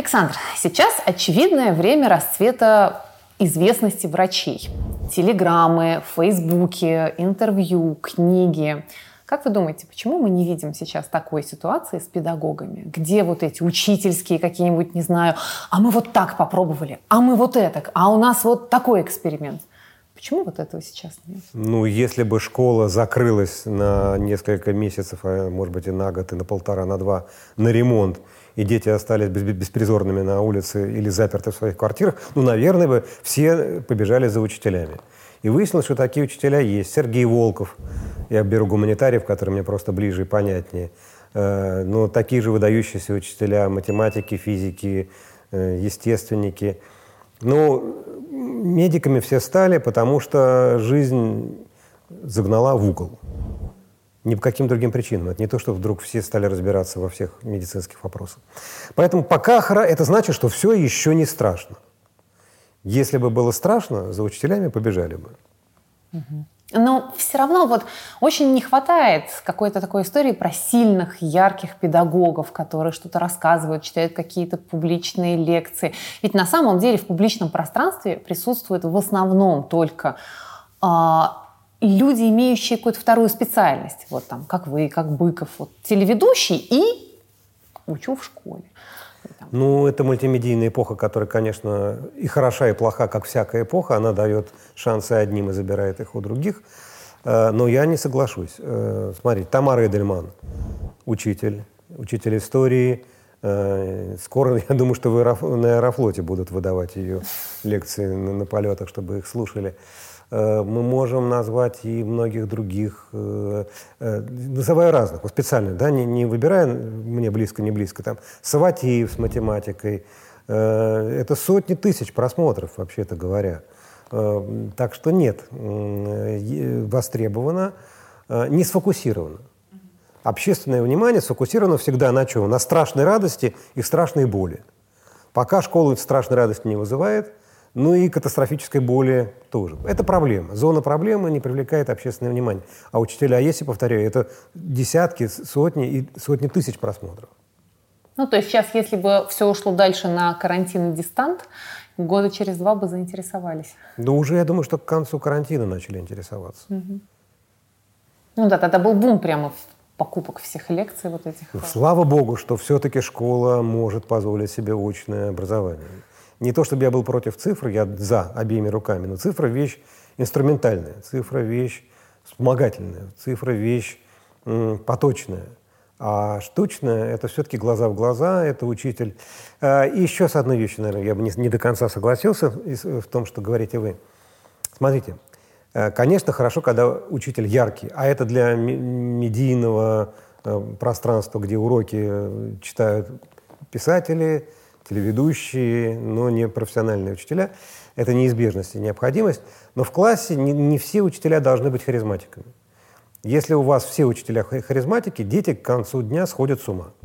Александр, сейчас очевидное время расцвета известности врачей. Телеграммы, фейсбуки, интервью, книги. Как вы думаете, почему мы не видим сейчас такой ситуации с педагогами? Где вот эти учительские какие-нибудь, не знаю, а мы вот так попробовали, а мы вот это, а у нас вот такой эксперимент. Почему вот этого сейчас нет? Ну, если бы школа закрылась на несколько месяцев, а может быть и на год, и на полтора, на два, на ремонт, и дети остались беспризорными на улице или заперты в своих квартирах, ну, наверное, бы все побежали за учителями. И выяснилось, что такие учителя есть. Сергей Волков, я беру гуманитариев, которые мне просто ближе и понятнее, но такие же выдающиеся учителя математики, физики, естественники. Ну, медиками все стали, потому что жизнь загнала в угол. Ни по каким другим причинам. Это не то, что вдруг все стали разбираться во всех медицинских вопросах. Поэтому пока это значит, что все еще не страшно. Если бы было страшно, за учителями побежали бы. Но все равно вот очень не хватает какой-то такой истории про сильных, ярких педагогов, которые что-то рассказывают, читают какие-то публичные лекции. Ведь на самом деле в публичном пространстве присутствуют в основном только люди, имеющие какую-то вторую специальность. Вот там, как вы, как Быков, вот, телеведущий и учу в школе. Ну, это мультимедийная эпоха, которая, конечно, и хороша, и плоха, как всякая эпоха. Она дает шансы одним и забирает их у других. Но я не соглашусь. Смотрите, Тамара Эдельман, учитель истории. Скоро, я думаю, что на Аэрофлоте будут выдавать ее лекции на полетах, чтобы их слушали. Мы можем назвать и многих других, называю разных, вот специально, да, не выбирая мне близко, не близко, там, Саватеев с математикой, это сотни тысяч просмотров, вообще-то говоря. Так что нет, востребовано, не сфокусировано. Общественное внимание сфокусировано всегда на чем? На страшной радости и страшной боли. Пока школа страшной радости не вызывает, ну и катастрофической боли тоже. Это проблема. Зона проблемы не привлекает общественное внимание. А учителя есть, и повторяю, это десятки, сотни тысяч просмотров. Ну, то есть сейчас, если бы все ушло дальше на карантин и дистант, года через 2 бы заинтересовались. Да уже, я думаю, что к концу карантина начали интересоваться. Угу. Ну да, тогда был бум прямо покупок всех лекций вот этих. Слава богу, что все-таки школа может позволить себе очное образование. Не то, чтобы я был против цифр, я за обеими руками, но цифра – вещь инструментальная, цифра – вещь вспомогательная, цифра – вещь поточная. А штучная – это все-таки глаза в глаза, это учитель. И еще с одной вещью, наверное, я бы не до конца согласился в том, что говорите вы. Смотрите, конечно, хорошо, когда учитель яркий, а это для медийного пространства, где уроки читают писатели, телеведущие, но не профессиональные учителя. Это неизбежность и необходимость. Но в классе не все учителя должны быть харизматиками. Если у вас все учителя харизматики, дети к концу дня сходят с ума.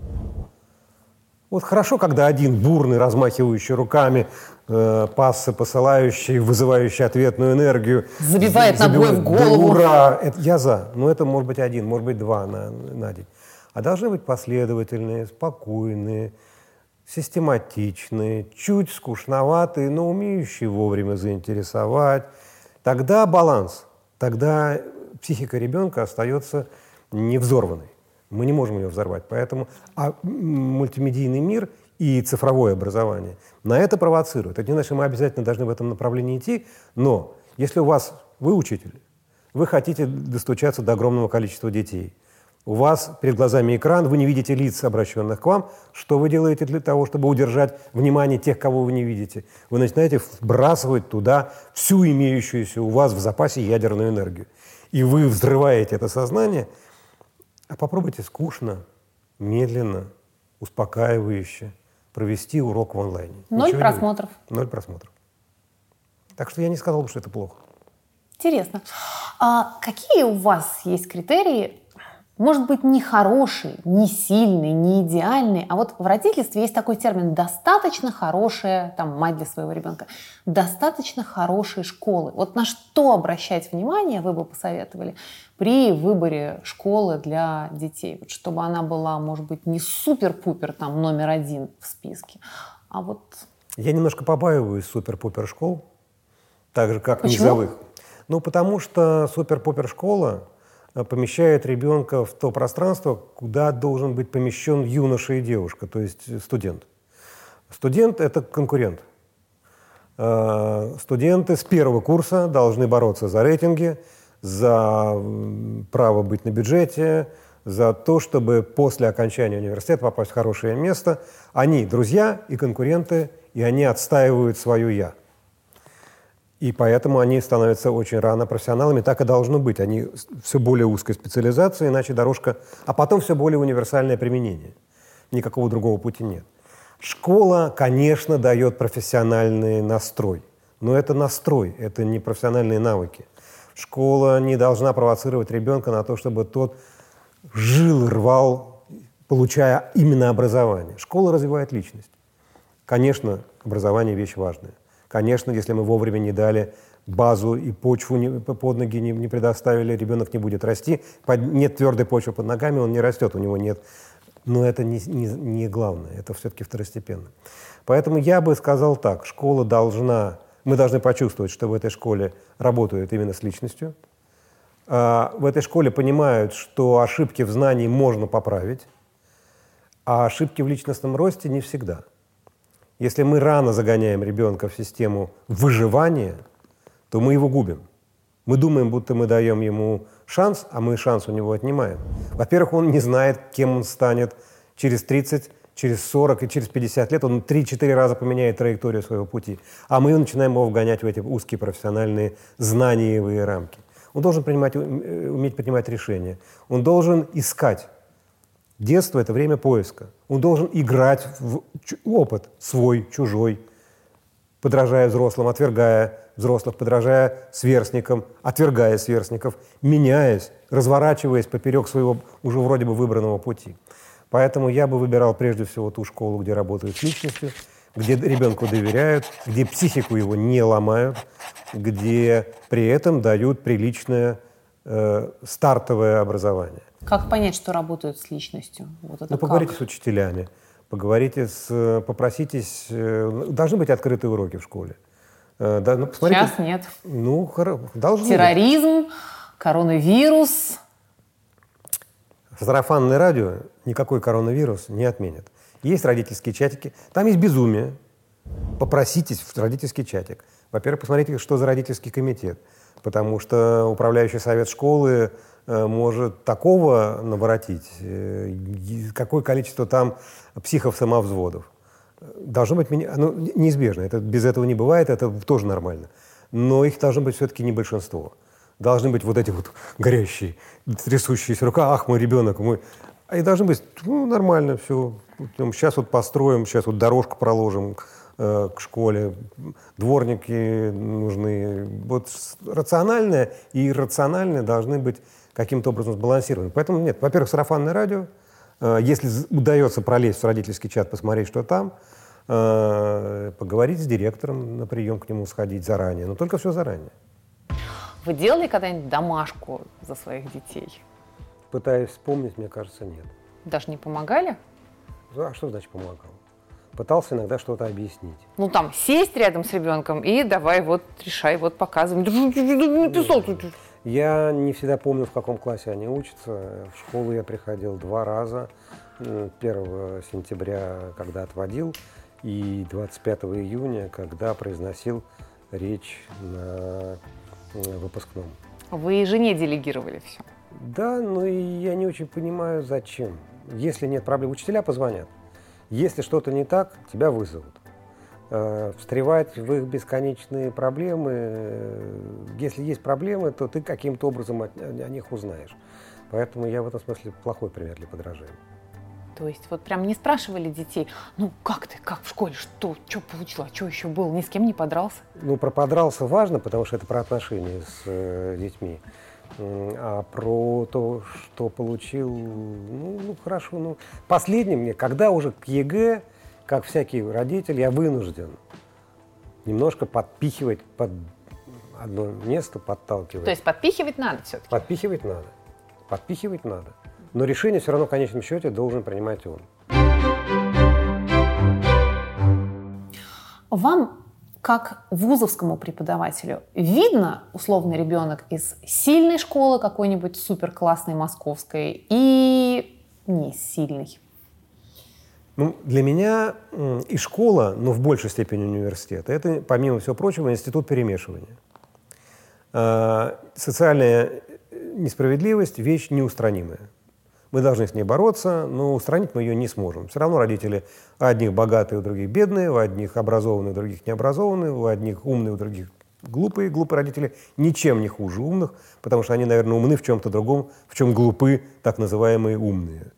Вот хорошо, когда один бурный, размахивающий руками, пассы посылающий, вызывающий ответную энергию. Забивает ногой в голову. Да ура! Это, я за. Но это может быть один, может быть два на день. А должны быть последовательные, спокойные, систематичные, чуть скучноватые, но умеющие вовремя заинтересовать. Тогда баланс, тогда психика ребенка остается невзорванной. Мы не можем ее взорвать. Поэтому мультимедийный мир и цифровое образование на это провоцирует. Это не значит, что мы обязательно должны в этом направлении идти, но если вы учитель, вы хотите достучаться до огромного количества детей, у вас перед глазами экран, вы не видите лиц, обращенных к вам. Что вы делаете для того, чтобы удержать внимание тех, кого вы не видите? Вы начинаете вбрасывать туда всю имеющуюся у вас в запасе ядерную энергию. И вы взрываете это сознание. А попробуйте скучно, медленно, успокаивающе провести урок в онлайне. 0 просмотров. 0 просмотров. Так что я не сказал бы, что это плохо. Интересно. А какие у вас есть критерии? Может быть, не хороший, не сильный, не идеальный, а вот в родительстве есть такой термин «достаточно хорошая», там, мать для своего ребенка, «достаточно хорошие школы». Вот на что обращать внимание вы бы посоветовали при выборе школы для детей? Вот чтобы она была, может быть, не супер-пупер, там, номер 1 в списке, А вот... Я немножко побаиваюсь супер-пупер школ, так же, как Почему? низовых. Ну, потому что супер-пупер школа помещает ребенка в то пространство, куда должен быть помещен юноша и девушка, то есть студент. Студент – это конкурент. Студенты с первого курса должны бороться за рейтинги, за право быть на бюджете, за то, чтобы после окончания университета попасть в хорошее место. Они друзья и конкуренты, и они отстаивают свое «я». И поэтому они становятся очень рано профессионалами, так и должно быть. Они все более узкой специализации, иначе дорожка... А потом все более универсальное применение. Никакого другого пути нет. Школа, конечно, дает профессиональный настрой. Но это настрой, это не профессиональные навыки. Школа не должна провоцировать ребенка на то, чтобы тот жил, рвал, получая именно образование. Школа развивает личность. Конечно, образование – вещь важная. Конечно, если мы вовремя не дали базу и почву под ноги не предоставили, ребенок не будет расти. Нет твердой почвы под ногами, он не растет, у него нет. Но это не главное, это все-таки второстепенно. Поэтому я бы сказал так, мы должны почувствовать, что в этой школе работают именно с личностью. В этой школе понимают, что ошибки в знании можно поправить, а ошибки в личностном росте не всегда. Если мы рано загоняем ребенка в систему выживания, то мы его губим. Мы думаем, будто мы даем ему шанс, а мы шанс у него отнимаем. Во-первых, он не знает, кем он станет через 30, через 40 и через 50 лет. Он 3-4 раза поменяет траекторию своего пути. А мы начинаем его вгонять в эти узкие профессиональные знаниевые рамки. Он должен уметь принимать решения. Он должен искать. Детство – это время поиска. Он должен играть в опыт свой, чужой, подражая взрослым, отвергая взрослых, подражая сверстникам, отвергая сверстников, меняясь, разворачиваясь поперек своего уже вроде бы выбранного пути. Поэтому я бы выбирал прежде всего ту школу, где работают с личностью, где ребенку доверяют, где психику его не ломают, где при этом дают приличное стартовое образование. Как понять, что работают с личностью? Вот это поговорите с учителями, попроситесь. Должны быть открытые уроки в школе. Сейчас нет. Должны Терроризм, коронавирус. Сарафанное радио никакой коронавирус не отменит. Есть родительские чатики, там есть безумие. Попроситесь в родительский чатик. Во-первых, посмотрите, что за родительский комитет. Потому что управляющий совет школы может такого наворотить, какое количество там психов-самовзводов. Должно быть неизбежно. Без этого не бывает, это тоже нормально. Но их должно быть все-таки не большинство. Должны быть вот эти вот горящие, трясущиеся рука, ах, мой ребенок, мой. А и должны быть, нормально все. Сейчас вот построим, сейчас вот дорожку проложим к школе, дворники нужны. Вот рациональное и иррациональное должны быть каким-то образом сбалансированы. Поэтому нет, во-первых, сарафанное радио. Если удается пролезть в родительский чат, посмотреть, что там, поговорить с директором, на прием к нему сходить заранее, но только все заранее. Вы делали когда-нибудь домашку за своих детей? Пытаюсь вспомнить, мне кажется, нет. Даже не помогали? А что значит помогал? Пытался иногда что-то объяснить. Там сесть рядом с ребенком и давай вот решай, вот показывай. Я не всегда помню, в каком классе они учатся. В школу я приходил 2 раза. 1 сентября, когда отводил, и 25 июня, когда произносил речь на выпускном. Вы и жене делегировали все? Да, но я не очень понимаю, зачем. Если нет проблем, учителя позвонят. Если что-то не так, тебя вызовут. Встревать в их бесконечные проблемы. Если есть проблемы, то ты каким-то образом о них узнаешь. Поэтому я в этом смысле плохой пример для подражания. То есть вот прям не спрашивали детей, как ты, как в школе, что получила, что еще было, ни с кем не подрался? Про подрался важно, потому что это про отношения с детьми. А про то, что получил, хорошо. Последним мне, когда уже к ЕГЭ, как всякий родитель, я вынужден немножко подпихивать под одно место, подталкивать. То есть подпихивать надо все-таки? Подпихивать надо. Но решение все равно в конечном счете должен принимать он. Вам, как вузовскому преподавателю, видно условный ребенок из сильной школы какой-нибудь суперклассной московской и не из сильной? Ну, для меня и школа, но в большей степени университет, это, помимо всего прочего, институт перемешивания. Социальная несправедливость – вещь неустранимая. Мы должны с ней бороться, но устранить мы ее не сможем. Все равно родители у одних богатые, у других бедные, у одних образованные, у других необразованные, у одних умные, у других глупые. Глупые родители ничем не хуже умных, потому что они, наверное, умны в чем-то другом, в чем глупы так называемые умные.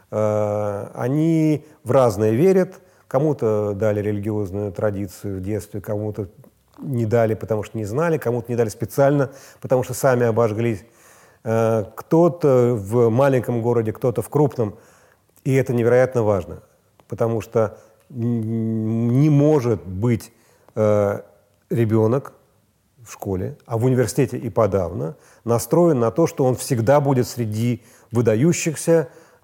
Они в разное верят. Кому-то дали религиозную традицию в детстве, кому-то не дали, потому что не знали, кому-то не дали специально, потому что сами обожглись. Кто-то в маленьком городе, кто-то в крупном. И это невероятно важно, потому что не может быть ребенок в школе, а в университете и подавно, настроен на то, что он всегда будет среди выдающихся,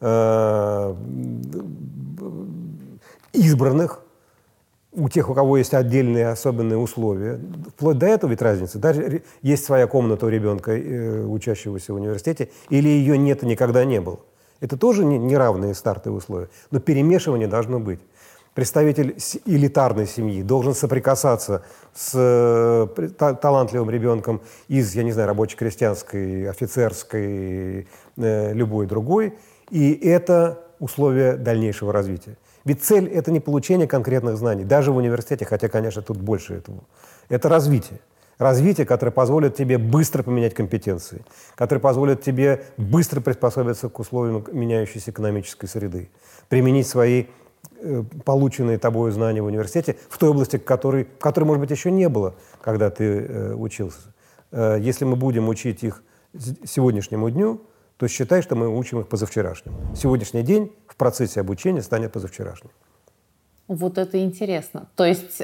избранных, у тех, у кого есть отдельные особенные условия. Вплоть до этого ведь разница. Даже есть своя комната у ребенка, учащегося в университете, или ее нет и никогда не было. Это тоже неравные стартовые условия. Но перемешивание должно быть. Представитель элитарной семьи должен соприкасаться с талантливым ребенком из, я не знаю, рабоче-крестьянской, офицерской, любой другой. И это условия дальнейшего развития. Ведь цель – это не получение конкретных знаний, даже в университете, хотя, конечно, тут больше этого. Это развитие. Развитие, которое позволит тебе быстро поменять компетенции, которое позволит тебе быстро приспособиться к условиям меняющейся экономической среды, применить свои полученные тобой знания в университете в той области, которой, может быть, еще не было, когда ты учился. Если мы будем учить их сегодняшнему дню, то считай, что мы учим их позавчерашнему. Сегодняшний день в процессе обучения станет позавчерашним. Вот это интересно. То есть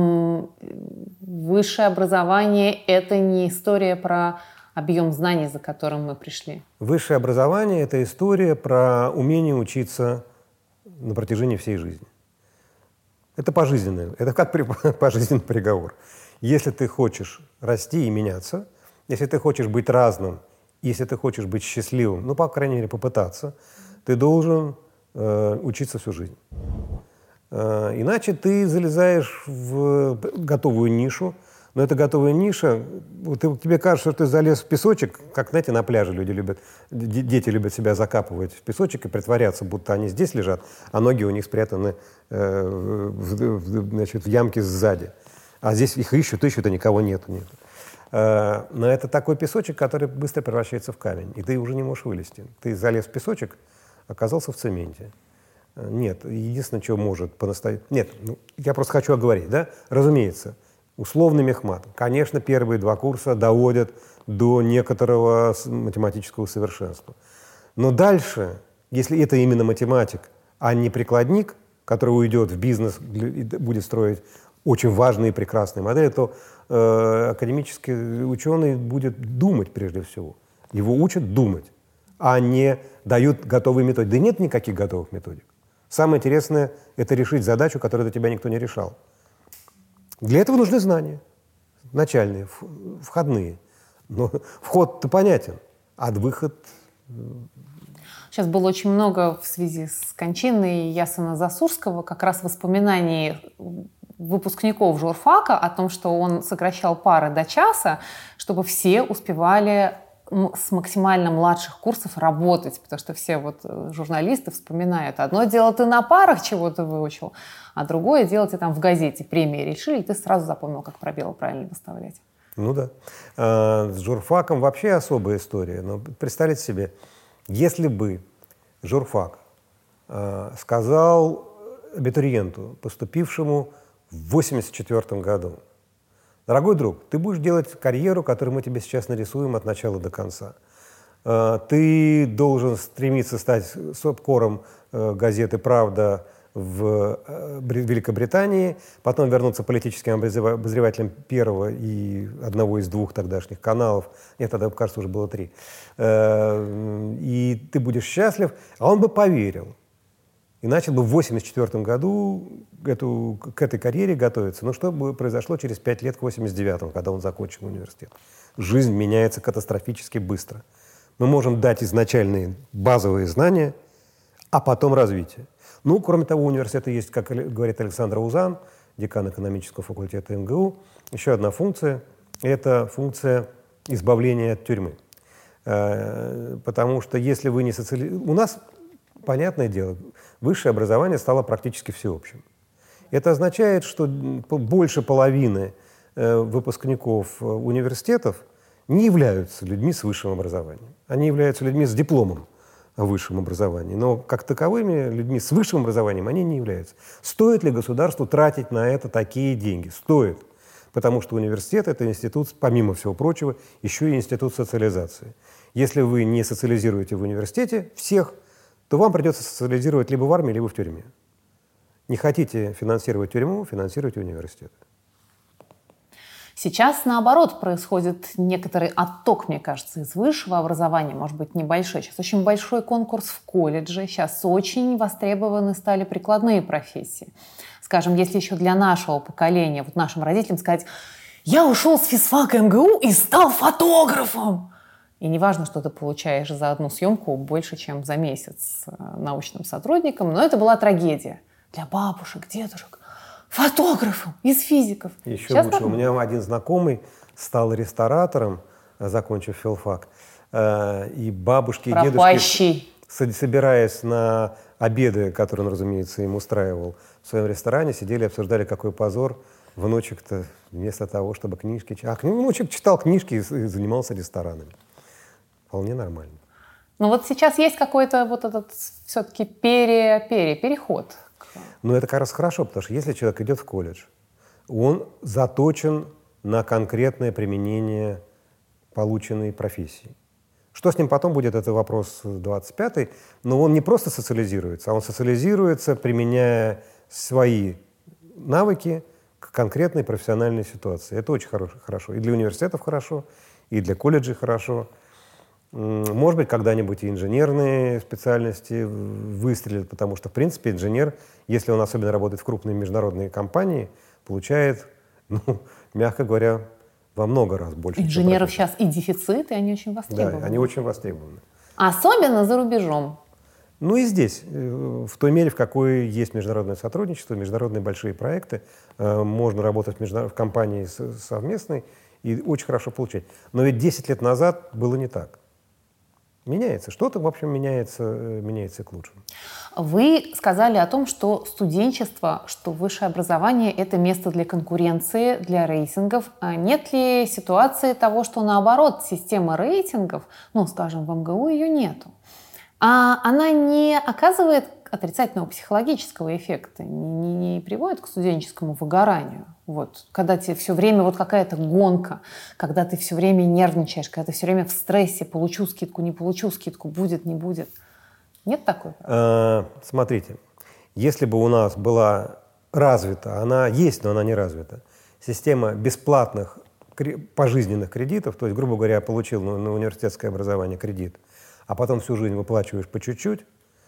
высшее образование – это не история про объем знаний, за которым мы пришли? Высшее образование – это история про умение учиться на протяжении всей жизни. Это пожизненное, это как пожизненный приговор. Если ты хочешь расти и меняться, если ты хочешь быть разным, если ты хочешь быть счастливым, ну, по крайней мере, попытаться, ты должен учиться всю жизнь. Иначе ты залезаешь в готовую нишу, но эта готовая ниша, вот тебе кажется, что ты залез в песочек, как, знаете, на пляже люди любят, дети любят себя закапывать в песочек и притворяться, будто они здесь лежат, а ноги у них спрятаны в ямке сзади. А здесь их ищут, и никого нет. Но это такой песочек, который быстро превращается в камень, и ты уже не можешь вылезти. Ты залез в песочек, оказался в цементе. Нет, единственное, что может по-настоящему... Нет, я просто хочу оговорить, да? Разумеется, условный мехмат. Конечно, первые 2 курса доводят до некоторого математического совершенства. Но дальше, если это именно математик, а не прикладник, который уйдет в бизнес и будет строить очень важные и прекрасные модели, то академический ученый будет думать прежде всего. Его учат думать, а не дают готовые методики. Да нет никаких готовых методик. Самое интересное – это решить задачу, которую до тебя никто не решал. Для этого нужны знания. Начальные, входные. Но вход-то понятен, а выход… Сейчас было очень много в связи с кончиной Ясона Засурского как раз воспоминаний выпускников журфака о том, что он сокращал пары до часа, чтобы все успевали с максимально младших курсов работать, потому что все вот журналисты вспоминают. Одно дело, ты на парах чего-то выучил, а другое дело, ты там в газете премии решили, и ты сразу запомнил, как пробелы правильно выставлять. Ну да. С журфаком вообще особая история. Но представьте себе, если бы журфак сказал абитуриенту, поступившему в 1984 году: дорогой друг, ты будешь делать карьеру, которую мы тебе сейчас нарисуем от начала до конца. Ты должен стремиться стать сопкором газеты «Правда» в Великобритании, потом вернуться политическим обозревателем первого и одного из 2 тогдашних каналов. Нет, тогда, кажется, уже было 3. И ты будешь счастлив. А он бы поверил. и начал бы в 1984 году к этой карьере готовиться. Но что бы произошло через 5 лет к 1989, когда он закончил университет? Жизнь меняется катастрофически быстро. Мы можем дать изначальные базовые знания, а потом развитие. Ну, кроме того, у университета есть, как говорит Александр Узан, декан экономического факультета МГУ, еще одна функция – это функция избавления от тюрьмы. Потому что если вы не у нас, понятное дело, высшее образование стало практически всеобщим. Это означает, что больше половины выпускников университетов не являются людьми с высшим образованием. Они являются людьми с дипломом о высшем образовании. Но как таковыми людьми с высшим образованием они не являются. Стоит ли государству тратить на это такие деньги? Стоит. Потому что университет – это институт, помимо всего прочего, еще и институт социализации. Если вы не социализируете в университете всех, то вам придется социализировать либо в армии, либо в тюрьме. Не хотите финансировать тюрьму, финансируйте университет. Сейчас, наоборот, происходит некоторый отток, мне кажется, из высшего образования, может быть, небольшой. Сейчас очень большой конкурс в колледже, сейчас очень востребованы стали прикладные профессии. Скажем, если еще для нашего поколения, вот нашим родителям сказать, я ушел с физфака МГУ и стал фотографом. И неважно, что ты получаешь за одну съемку больше, чем за месяц научным сотрудником, но это была трагедия для бабушек, дедушек. Фотографом из физиков. Еще сейчас лучше. У меня один знакомый стал ресторатором, закончив филфак, и бабушки и дедушки, собираясь на обеды, которые он, разумеется, им устраивал в своем ресторане, сидели и обсуждали, какой позор внучек-то вместо того, чтобы книжки читать. Внучек читал книжки и занимался ресторанами. Вполне нормально. Но вот сейчас есть какой-то вот этот все-таки переход. Но это как раз хорошо, потому что если человек идет в колледж, он заточен на конкретное применение полученной профессии. Что с ним потом будет, это вопрос 25-й, но он не просто социализируется, а он социализируется, применяя свои навыки к конкретной профессиональной ситуации. Это очень хорошо. И для университетов хорошо, и для колледжей хорошо. Может быть, когда-нибудь и инженерные специальности выстрелят, потому что, в принципе, инженер, если он особенно работает в крупной международной компании, получает, мягко говоря, во много раз больше. Инженеров сейчас и дефицит, и они очень востребованы. Да, они очень востребованы. Особенно за рубежом. Ну и здесь, в той мере, в какой есть международное сотрудничество, международные большие проекты, можно работать в компании совместной и очень хорошо получать. Но ведь 10 лет назад было не так. Меняется. Что-то, в общем, меняется к лучшему. Вы сказали о том, что студенчество, что высшее образование – это место для конкуренции, для рейтингов. А нет ли ситуации того, что наоборот, система рейтингов, скажем, в МГУ ее нету, а она не оказывает отрицательного психологического эффекта, не приводит к студенческому выгоранию? Вот, когда тебе все время вот какая-то гонка, когда ты все время нервничаешь, когда ты все время в стрессе, получу скидку, не получу скидку, будет, не будет. Нет такой? Смотрите, если бы у нас была развита, она есть, но она не развита, система бесплатных пожизненных кредитов, то есть, грубо говоря, получил на университетское образование кредит, а потом всю жизнь выплачиваешь по чуть-чуть,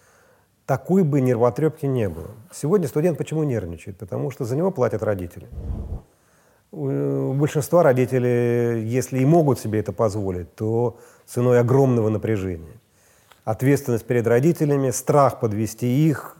такой бы нервотрепки не было. Сегодня студент почему нервничает? Потому что за него платят родители. У большинства родителей, если и могут себе это позволить, то ценой огромного напряжения. Ответственность перед родителями, страх подвести их.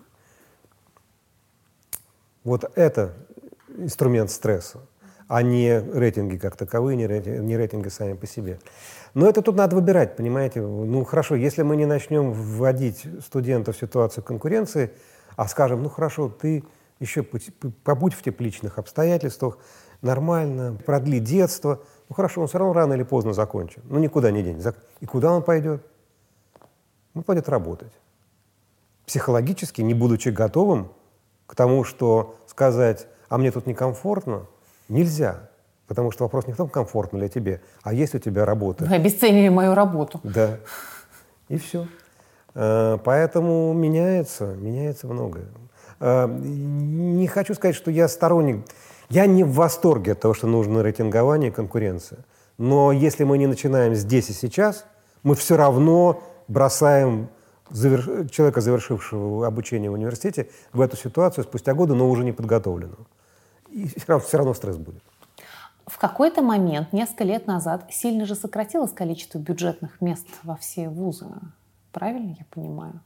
Вот это инструмент стресса, а не рейтинги как таковые, не рейтинги сами по себе. Но это тут надо выбирать, понимаете? Хорошо, если мы не начнем вводить студентов в ситуацию конкуренции, а скажем, хорошо, ты еще побудь в тепличных обстоятельствах, нормально, продли детство, хорошо, он все равно рано или поздно закончит, никуда не денется. И куда он пойдет? Он пойдет работать. Психологически, не будучи готовым к тому, что сказать, а мне тут некомфортно, нельзя. Потому что вопрос не в том, комфортно ли тебе, а есть у тебя работа. Вы обесценили мою работу. Да. И все. Поэтому меняется многое. Не хочу сказать, что я сторонник. Я не в восторге от того, что нужно рейтингование и конкуренция. Но если мы не начинаем здесь и сейчас, мы все равно бросаем человека, завершившего обучение в университете, в эту ситуацию спустя годы, но уже не подготовленного. И все равно стресс будет. В какой-то момент, несколько лет назад, сильно же сократилось количество бюджетных мест во все вузы. Правильно я понимаю?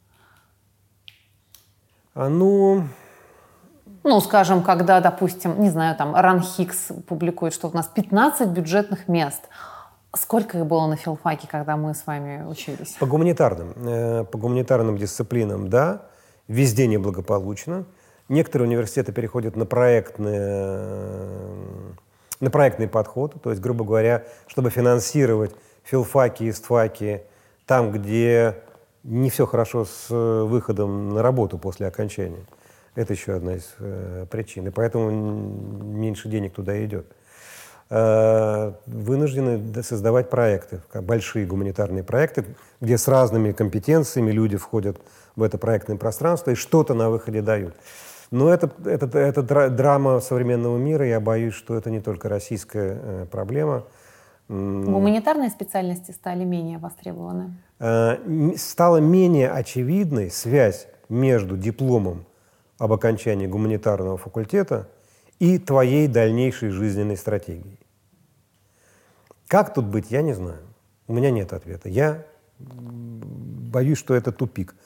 Скажем, когда, допустим, не знаю, там РАНХИКС публикует, что у нас 15 бюджетных мест. Сколько их было на филфаке, когда мы с вами учились? По гуманитарным дисциплинам, да, везде неблагополучно. Некоторые университеты переходят на проектный подход, то есть, грубо говоря, чтобы финансировать филфаки, истфаки, там, где не все хорошо с выходом на работу после окончания. Это еще одна из причин, и поэтому меньше денег туда идет. Вынуждены создавать проекты, большие гуманитарные проекты, где с разными компетенциями люди входят в это проектное пространство и что-то на выходе дают. Но это драма современного мира. Я боюсь, что это не только российская проблема. Гуманитарные специальности стали менее востребованы? Стала менее очевидной связь между дипломом об окончании гуманитарного факультета и твоей дальнейшей жизненной стратегией. Как тут быть, я не знаю. У меня нет ответа. Я боюсь, что это тупик.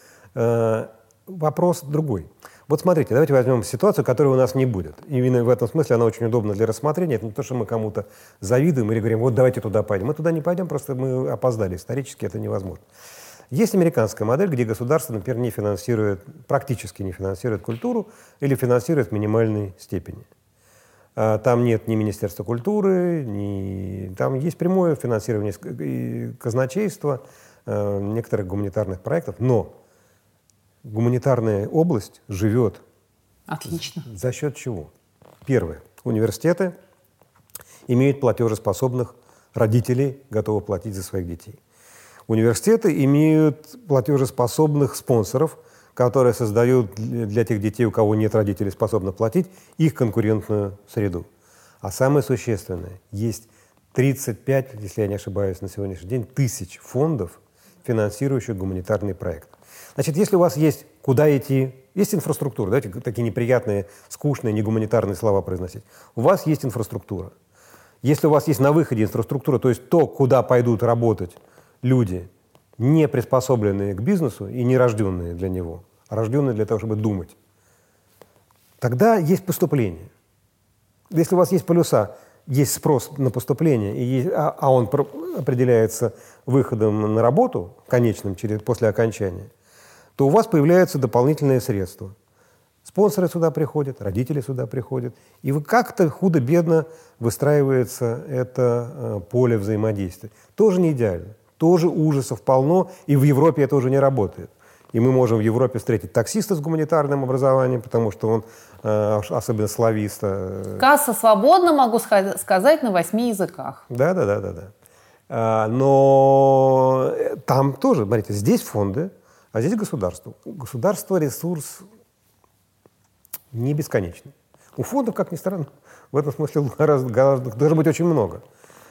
Вопрос другой. Вот смотрите, давайте возьмем ситуацию, которой у нас не будет. Именно в этом смысле она очень удобна для рассмотрения. Это не то, что мы кому-то завидуем или говорим, вот давайте туда пойдем. Мы туда не пойдем, просто мы опоздали. Исторически это невозможно. Есть американская модель, где государство, например, практически не финансирует культуру или финансирует в минимальной степени. Там нет ни Министерства культуры, там есть прямое финансирование казначейства, некоторых гуманитарных проектов, но гуманитарная область живет. Отлично. За счет чего? Первое. Университеты имеют платежеспособных родителей, готовых платить за своих детей. Университеты имеют платежеспособных спонсоров, которые создают для тех детей, у кого нет родителей, способных платить, их конкурентную среду. А самое существенное, есть 35, если я не ошибаюсь, на сегодняшний день, тысяч фондов, финансирующих гуманитарный проект. Значит, если у вас есть куда идти, есть инфраструктура, давайте такие неприятные, скучные, негуманитарные слова произносить. У вас есть инфраструктура. Если у вас есть на выходе инфраструктура, то есть то, куда пойдут работать люди, не приспособленные к бизнесу и не рожденные для него, а рожденные для того, чтобы думать, тогда есть поступление. Если у вас есть полюса, есть спрос на поступление, а он определяется выходом на работу конечным после окончания, то у вас появляются дополнительные средства. Спонсоры сюда приходят, родители сюда приходят, и вы как-то худо-бедно выстраивается это поле взаимодействия. Тоже не идеально, тоже ужасов полно, и в Европе это уже не работает. И мы можем в Европе встретить таксиста с гуманитарным образованием, потому что он, особенно славист. Касса свободна, могу сказать, на 8 языках. Да. Но там тоже, смотрите, здесь фонды, а здесь государство. Государство ресурс не бесконечный. У фондов, как ни странно, в этом смысле должно быть очень много.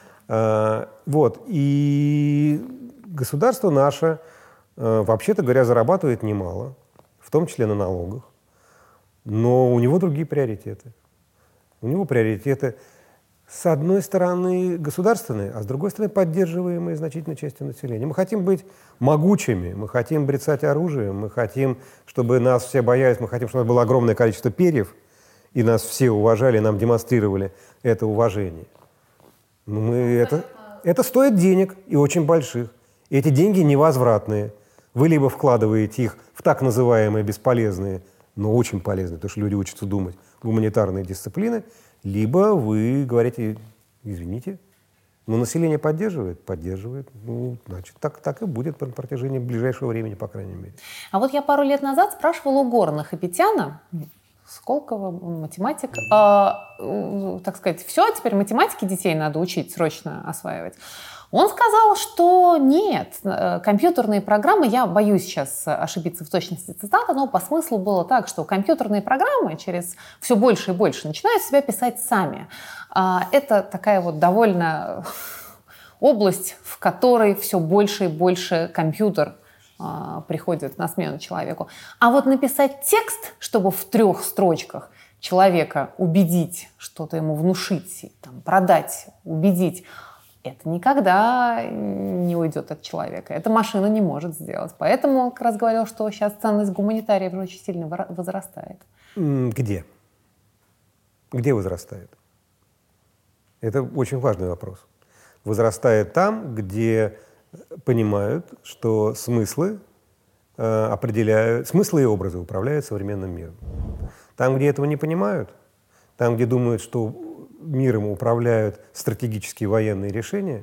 И государство наше, вообще-то говоря, зарабатывает немало, в том числе на налогах, но у него другие приоритеты. У него приоритеты, с одной стороны, государственные, а с другой стороны, поддерживаемые значительной частью населения. Мы хотим быть могучими, мы хотим брецать оружием, мы хотим, чтобы нас все боялись, мы хотим, чтобы у нас было огромное количество перьев, и нас все уважали, нам демонстрировали это уважение. Но это стоит денег, и очень больших. И эти деньги невозвратные. Вы либо вкладываете их в так называемые бесполезные, но очень полезные, потому что люди учатся думать, гуманитарные дисциплины, либо вы говорите, извините, но население поддерживает? Поддерживает. Значит, так и будет на протяжении ближайшего времени, по крайней мере. А вот я пару лет назад спрашивала у Горна Хапетяна, Сколково, он математик, так сказать, все, теперь математики детей надо учить, срочно осваивать. Он сказал, что нет, компьютерные программы, я боюсь сейчас ошибиться в точности цитаты, но по смыслу было так, что компьютерные программы через все больше и больше начинают себя писать сами. Это такая вот довольно область, в которой все больше и больше компьютер приходит на смену человеку. А вот написать текст, чтобы в 3 строчках человека убедить, что-то ему внушить, там, продать, убедить, это никогда не уйдет от человека. Это машина не может сделать. Поэтому он как раз говорил, что сейчас ценность гуманитариев очень сильно возрастает. Где? Где возрастает? Это очень важный вопрос. Возрастает там, где понимают, что смыслы смыслы и образы управляют современным миром. Там, где этого не понимают, там, где думают, что миром управляют стратегические военные решения,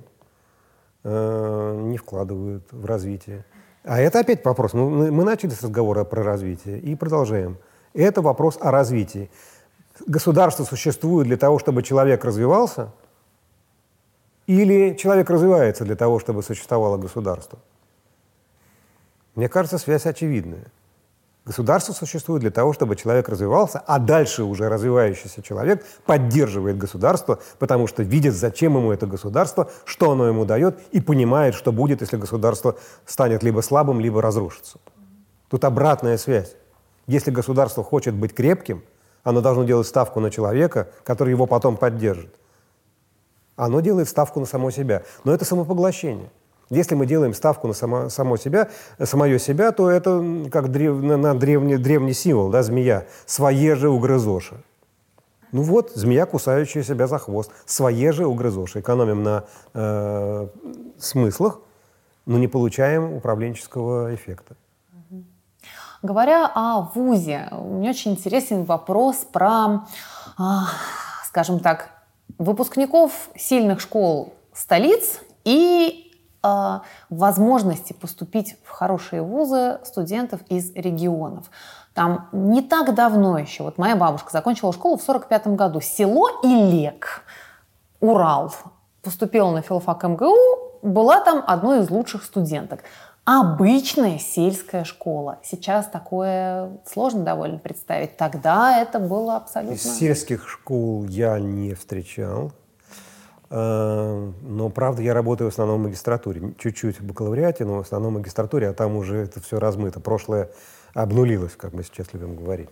не вкладывают в развитие. А это опять вопрос. Мы начали с разговора про развитие и продолжаем. Это вопрос о развитии. Государство существует для того, чтобы человек развивался, или человек развивается для того, чтобы существовало государство? Мне кажется, связь очевидная. Государство существует для того, чтобы человек развивался, а дальше уже развивающийся человек поддерживает государство, потому что видит, зачем ему это государство, что оно ему дает, и понимает, что будет, если государство станет либо слабым, либо разрушится. Тут обратная связь. Если государство хочет быть крепким, оно должно делать ставку на человека, который его потом поддержит. Оно делает ставку на само себя. Но это самопоглощение. Если мы делаем ставку на самое себя, то это как древний символ, да, змея. «Своє же угрызоша». Ну вот, змея, кусающая себя за хвост. «Своє же угрызоша». Экономим на смыслах, но не получаем управленческого эффекта. Говоря о вузе, мне очень интересен вопрос про, скажем так, выпускников сильных школ столиц и возможности поступить в хорошие вузы студентов из регионов. Там не так давно еще, вот моя бабушка закончила школу в 1945 году, село Илек, Урал, поступила на филфак МГУ, была там одной из лучших студенток. Обычная сельская школа. Сейчас такое сложно довольно представить. Тогда это было абсолютно... Из сельских школ я не встречал. Но, правда, я работаю в основном в магистратуре. Чуть-чуть в бакалавриате, но в основном в магистратуре, а там уже это все размыто. Прошлое обнулилось, как мы сейчас любим говорить.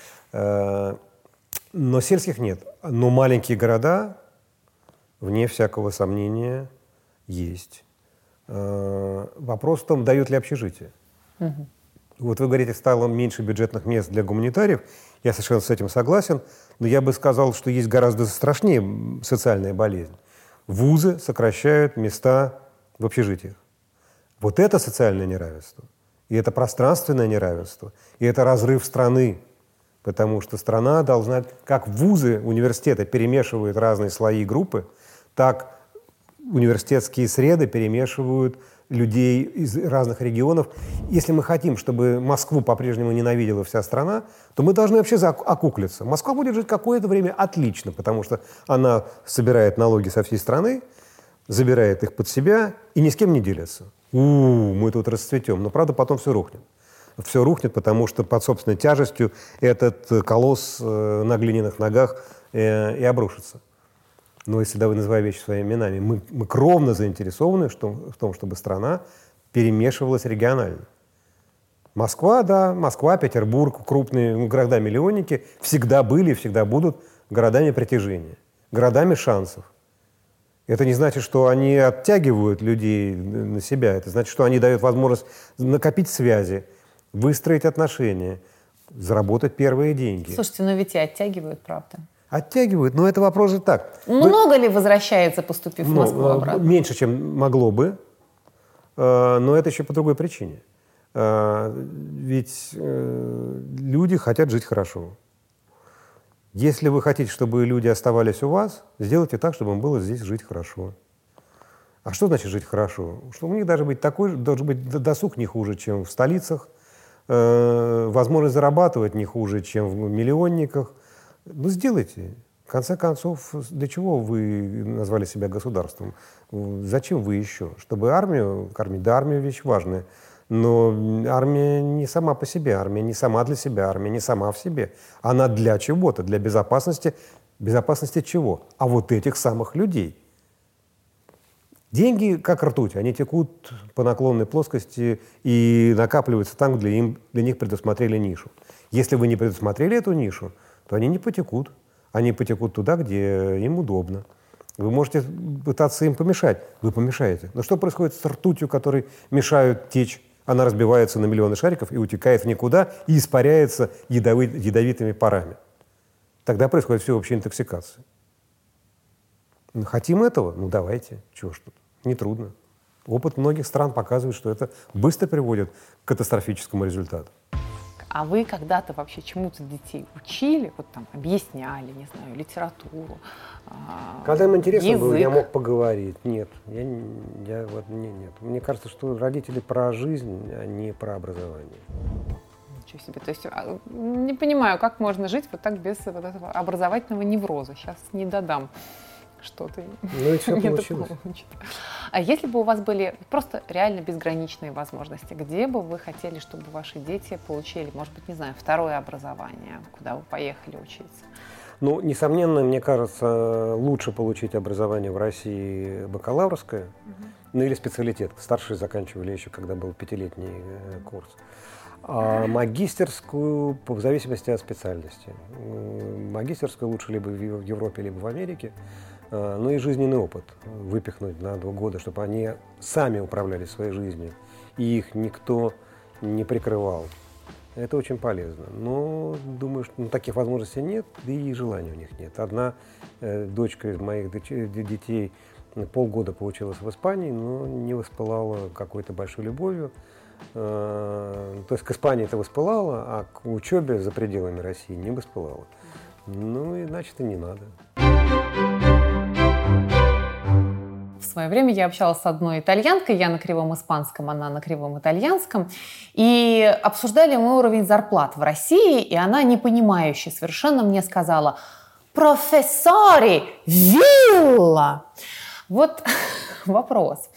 Но сельских нет. Но маленькие города, вне всякого сомнения, есть. Вопрос в том, дают ли общежитие. Угу. Вот вы говорите, стало меньше бюджетных мест для гуманитариев. Я совершенно с этим согласен. Но я бы сказал, что есть гораздо страшнее социальная болезнь. Вузы сокращают места в общежитиях. Вот это социальное неравенство. И это пространственное неравенство. И это разрыв страны. Потому что страна должна, как вузы, университеты перемешивают разные слои и группы, так университетские среды перемешивают людей из разных регионов. Если мы хотим, чтобы Москву по-прежнему ненавидела вся страна, то мы должны вообще окуклиться. Москва будет жить какое-то время отлично, потому что она собирает налоги со всей страны, забирает их под себя и ни с кем не делится. Мы тут расцветем. Но, правда, потом все рухнет. Все рухнет, потому что под собственной тяжестью этот колосс на глиняных ногах и обрушится. Но если вы называете вещи своими именами, мы кровно заинтересованы в том, чтобы страна перемешивалась регионально. Москва, да, Москва, Петербург, крупные города-миллионники всегда были и всегда будут городами притяжения, городами шансов. Это не значит, что они оттягивают людей на себя, это значит, что они дают возможность накопить связи, выстроить отношения, заработать первые деньги. Слушайте, но ведь и оттягивают, правда. Оттягивают, но это вопрос же так. Много ли возвращается, поступив в Москву обратно? Меньше, чем могло бы, но это еще по другой причине. Ведь люди хотят жить хорошо. Если вы хотите, чтобы люди оставались у вас, сделайте так, чтобы им было здесь жить хорошо. А что значит жить хорошо? Что у них должен быть досуг не хуже, чем в столицах, возможность зарабатывать не хуже, чем в миллионниках. Ну, сделайте. В конце концов, для чего вы назвали себя государством? Зачем вы еще? Чтобы армию кормить? Да, армия вещь важная. Но армия не сама по себе, армия не сама для себя, армия не сама в себе. Она для чего-то, для безопасности. Безопасности чего? А вот этих самых людей. Деньги, как ртуть, они текут по наклонной плоскости и накапливаются там, где для них предусмотрели нишу. Если вы не предусмотрели эту нишу, то они не потекут. Они потекут туда, где им удобно. Вы можете пытаться им помешать. Вы помешаете. Но что происходит с ртутью, которой мешают течь? Она разбивается на миллионы шариков и утекает в никуда, и испаряется ядовитыми парами. Тогда происходит всеобщая интоксикация. Хотим этого? Ну давайте. Чего ж тут? Нетрудно. Опыт многих стран показывает, что это быстро приводит к катастрофическому результату. А вы когда-то вообще чему-то детей учили? Вот там объясняли, не знаю, литературу, Когда им интересно язык? было, я мог поговорить. Нет, нет. Мне кажется, что родители про жизнь, а не про образование. Ничего себе. То есть не понимаю, как можно жить вот так без вот этого образовательного невроза. Сейчас не додам что-то. Ну и все получилось. А если бы у вас были просто реально безграничные возможности, где бы вы хотели, чтобы ваши дети получили, может быть, не знаю, второе образование, куда вы поехали учиться? Ну, несомненно, мне кажется, лучше получить образование в России бакалаврское, ну или специалитет. Старшие заканчивали еще, когда был 5-летний курс. А магистерскую, в зависимости от специальности. Магистерскую лучше либо в Европе, либо в Америке. Ну и жизненный опыт выпихнуть на 2 года, чтобы они сами управляли своей жизнью, и их никто не прикрывал. Это очень полезно. Но думаю, что таких возможностей нет, да и желания у них нет. Одна дочка из моих детей полгода поучилась в Испании, но не воспылала какой-то большой любовью. То есть к Испании это воспылала, а к учебе за пределами России не воспылала. Ну и значит и не надо. В свое время я общалась с одной итальянкой, я на кривом испанском, она на кривом итальянском, и обсуждали мы уровень зарплат в России, и она, непонимающе совершенно, мне сказала: «Профессори вилла!» Вот вопрос.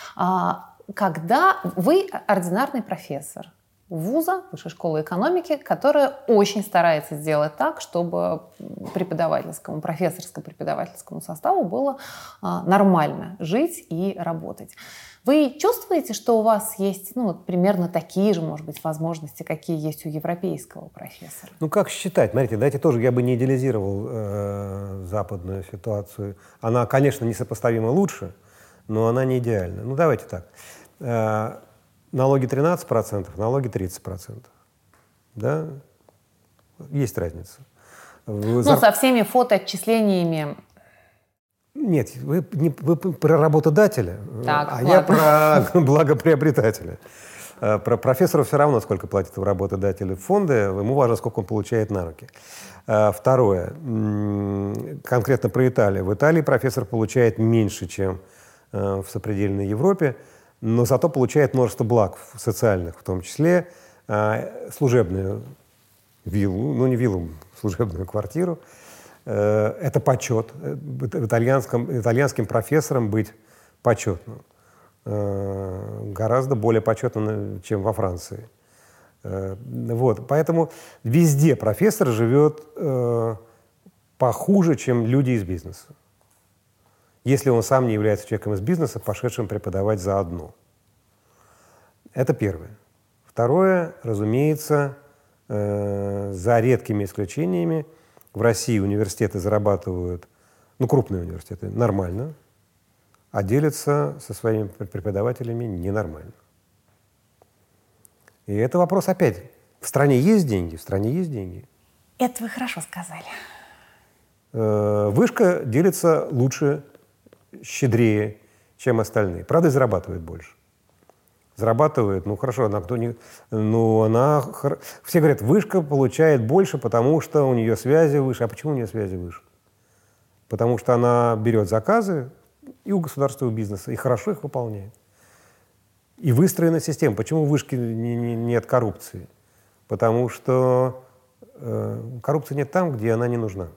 Когда вы ординарный профессор вуза, высшей школы экономики, которая очень старается сделать так, чтобы преподавательскому, профессорско-преподавательскому составу было нормально жить и работать. Вы чувствуете, что у вас есть примерно такие же, может быть, возможности, какие есть у европейского профессора? Ну, как считать? Смотрите, давайте тоже я бы не идеализировал западную ситуацию. Она, конечно, несопоставимо лучше, но она не идеальна. Ну, давайте так. Налоги 13%, налоги 30%. Да? Есть разница. Со всеми фотоотчислениями. Нет, вы про работодателя, Так, а я про благоприобретателя. Про профессора все равно, сколько платит работодатель в фонды, ему важно, сколько он получает на руки. Второе. Конкретно про Италию. В Италии профессор получает меньше, чем в сопредельной Европе, но зато получает множество благ социальных, в том числе служебную виллу, ну не виллу, служебную квартиру. Это почет. Итальянским профессором быть почетным. Гораздо более почетным, чем во Франции. Вот. Поэтому везде профессор живет похуже, чем люди из бизнеса. Если он сам не является человеком из бизнеса, пошедшим преподавать заодно. Это первое. Второе, разумеется, за редкими исключениями, в России университеты зарабатывают, крупные университеты, нормально, а делятся со своими преподавателями ненормально. И это вопрос опять. В стране есть деньги? В стране есть деньги. Это вы хорошо сказали. Вышка делится лучше, щедрее, чем остальные. Правда, и зарабатывает больше. Зарабатывает, хорошо, все говорят, вышка получает больше, потому что у нее связи выше. А почему у нее связи выше? Потому что она берет заказы и у государства, и у бизнеса, и хорошо их выполняет. И выстроена система. Почему в вышке нет коррупции? Потому что коррупции нет там, где она не нужна.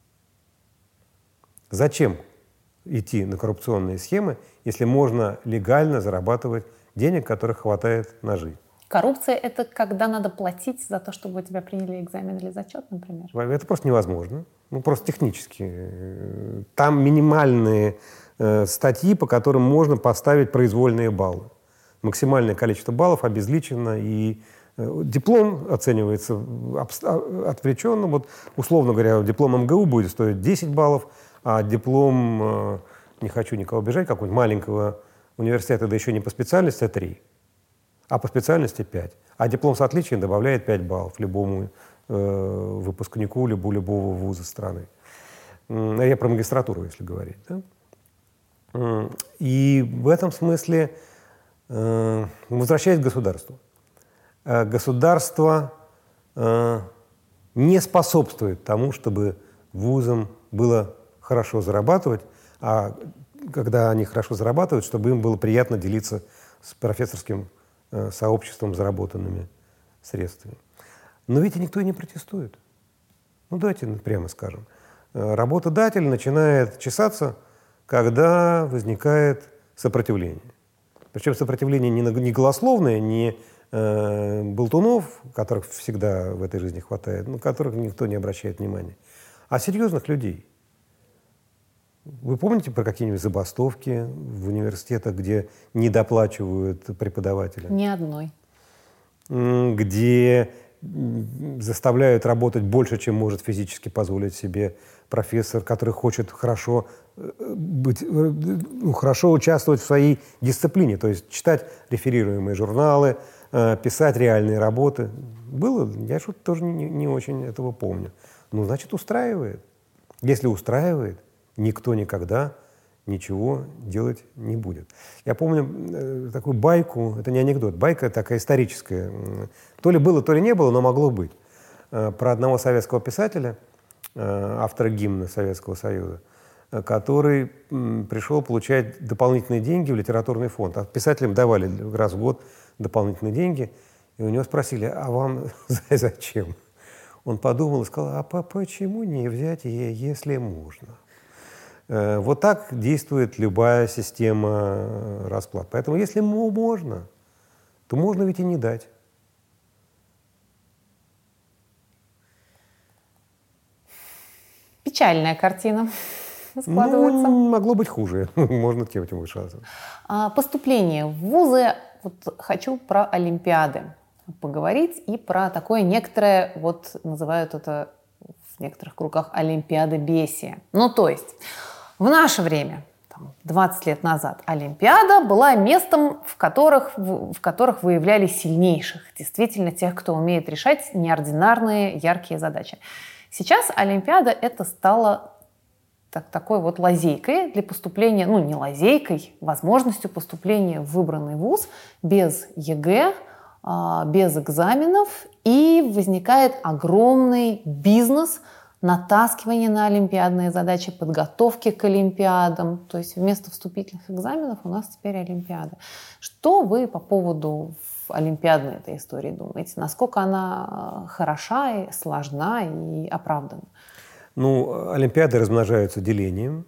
Зачем идти на коррупционные схемы, если можно легально зарабатывать денег, которых хватает на жизнь? Коррупция – это когда надо платить за то, чтобы у тебя приняли экзамен или зачет, например? Это просто невозможно. Просто технически. Там минимальные статьи, по которым можно поставить произвольные баллы. Максимальное количество баллов обезличено, и диплом оценивается отвлеченно. Условно говоря, диплом МГУ будет стоить 10 баллов, а диплом, не хочу никого обижать, какого-нибудь маленького университета, да еще не по специальности, 3. А по специальности 5. А диплом с отличием добавляет 5 баллов любому выпускнику любого вуза страны. Я про магистратуру, если говорить. Да? И в этом смысле, возвращаясь к государству, государство не способствует тому, чтобы вузам было хорошо зарабатывать, а когда они хорошо зарабатывают, чтобы им было приятно делиться с профессорским сообществом заработанными средствами. Но ведь и никто и не протестует. Давайте прямо скажем. Работодатель начинает чесаться, когда возникает сопротивление. Причем сопротивление не голословное, не болтунов, которых всегда в этой жизни хватает, на которых никто не обращает внимания, а серьезных людей. Вы помните про какие-нибудь забастовки в университетах, где недоплачивают преподавателям? Ни одной. Где заставляют работать больше, чем может физически позволить себе профессор, который хочет хорошо участвовать в своей дисциплине, то есть читать реферируемые журналы, писать реальные работы. Было? Я что-то тоже не очень этого помню. Значит, устраивает. Если устраивает, никто никогда ничего делать не будет. Я помню такую байку, это не анекдот, байка такая историческая. То ли было, то ли не было, но могло быть. Про одного советского писателя, автора гимна Советского Союза, который пришел получать дополнительные деньги в литературный фонд. А писателям давали раз в год дополнительные деньги. И у него спросили: а вам зачем? Он подумал и сказал: а почему не взять ее, если можно? Вот так действует любая система расплат. Поэтому если можно, то можно ведь и не дать. Печальная картина складывается. Могло быть хуже. Можно тем выше. Поступление в вузы. Хочу про олимпиады поговорить и про такое некоторое, называют это в некоторых кругах олимпиадобесие. То есть в наше время, 20 лет назад, олимпиада была местом, в которых выявляли сильнейших, действительно тех, кто умеет решать неординарные, яркие задачи. Сейчас олимпиада это стало такой лазейкой для поступления, не лазейкой, возможностью поступления в выбранный вуз без ЕГЭ, без экзаменов, и возникает огромный бизнес натаскивания на олимпиадные задачи, подготовки к олимпиадам. То есть вместо вступительных экзаменов у нас теперь олимпиада. Что вы по поводу олимпиадной этой истории думаете? Насколько она хороша, и сложна и оправдана? Олимпиады размножаются делением.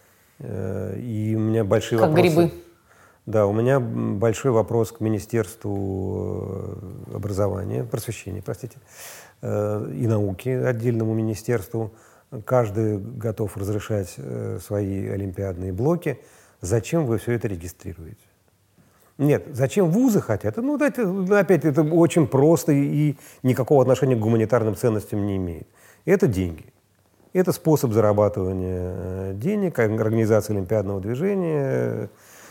И у меня большие вопросы. Как грибы. Да, у меня большой вопрос к Министерству просвещения, и науки, отдельному министерству. Каждый готов разрешать свои олимпиадные блоки. Зачем вы все это регистрируете? Нет, зачем вузы хотят? Опять, это очень просто и никакого отношения к гуманитарным ценностям не имеет. Это деньги. Это способ зарабатывания денег, организации олимпиадного движения.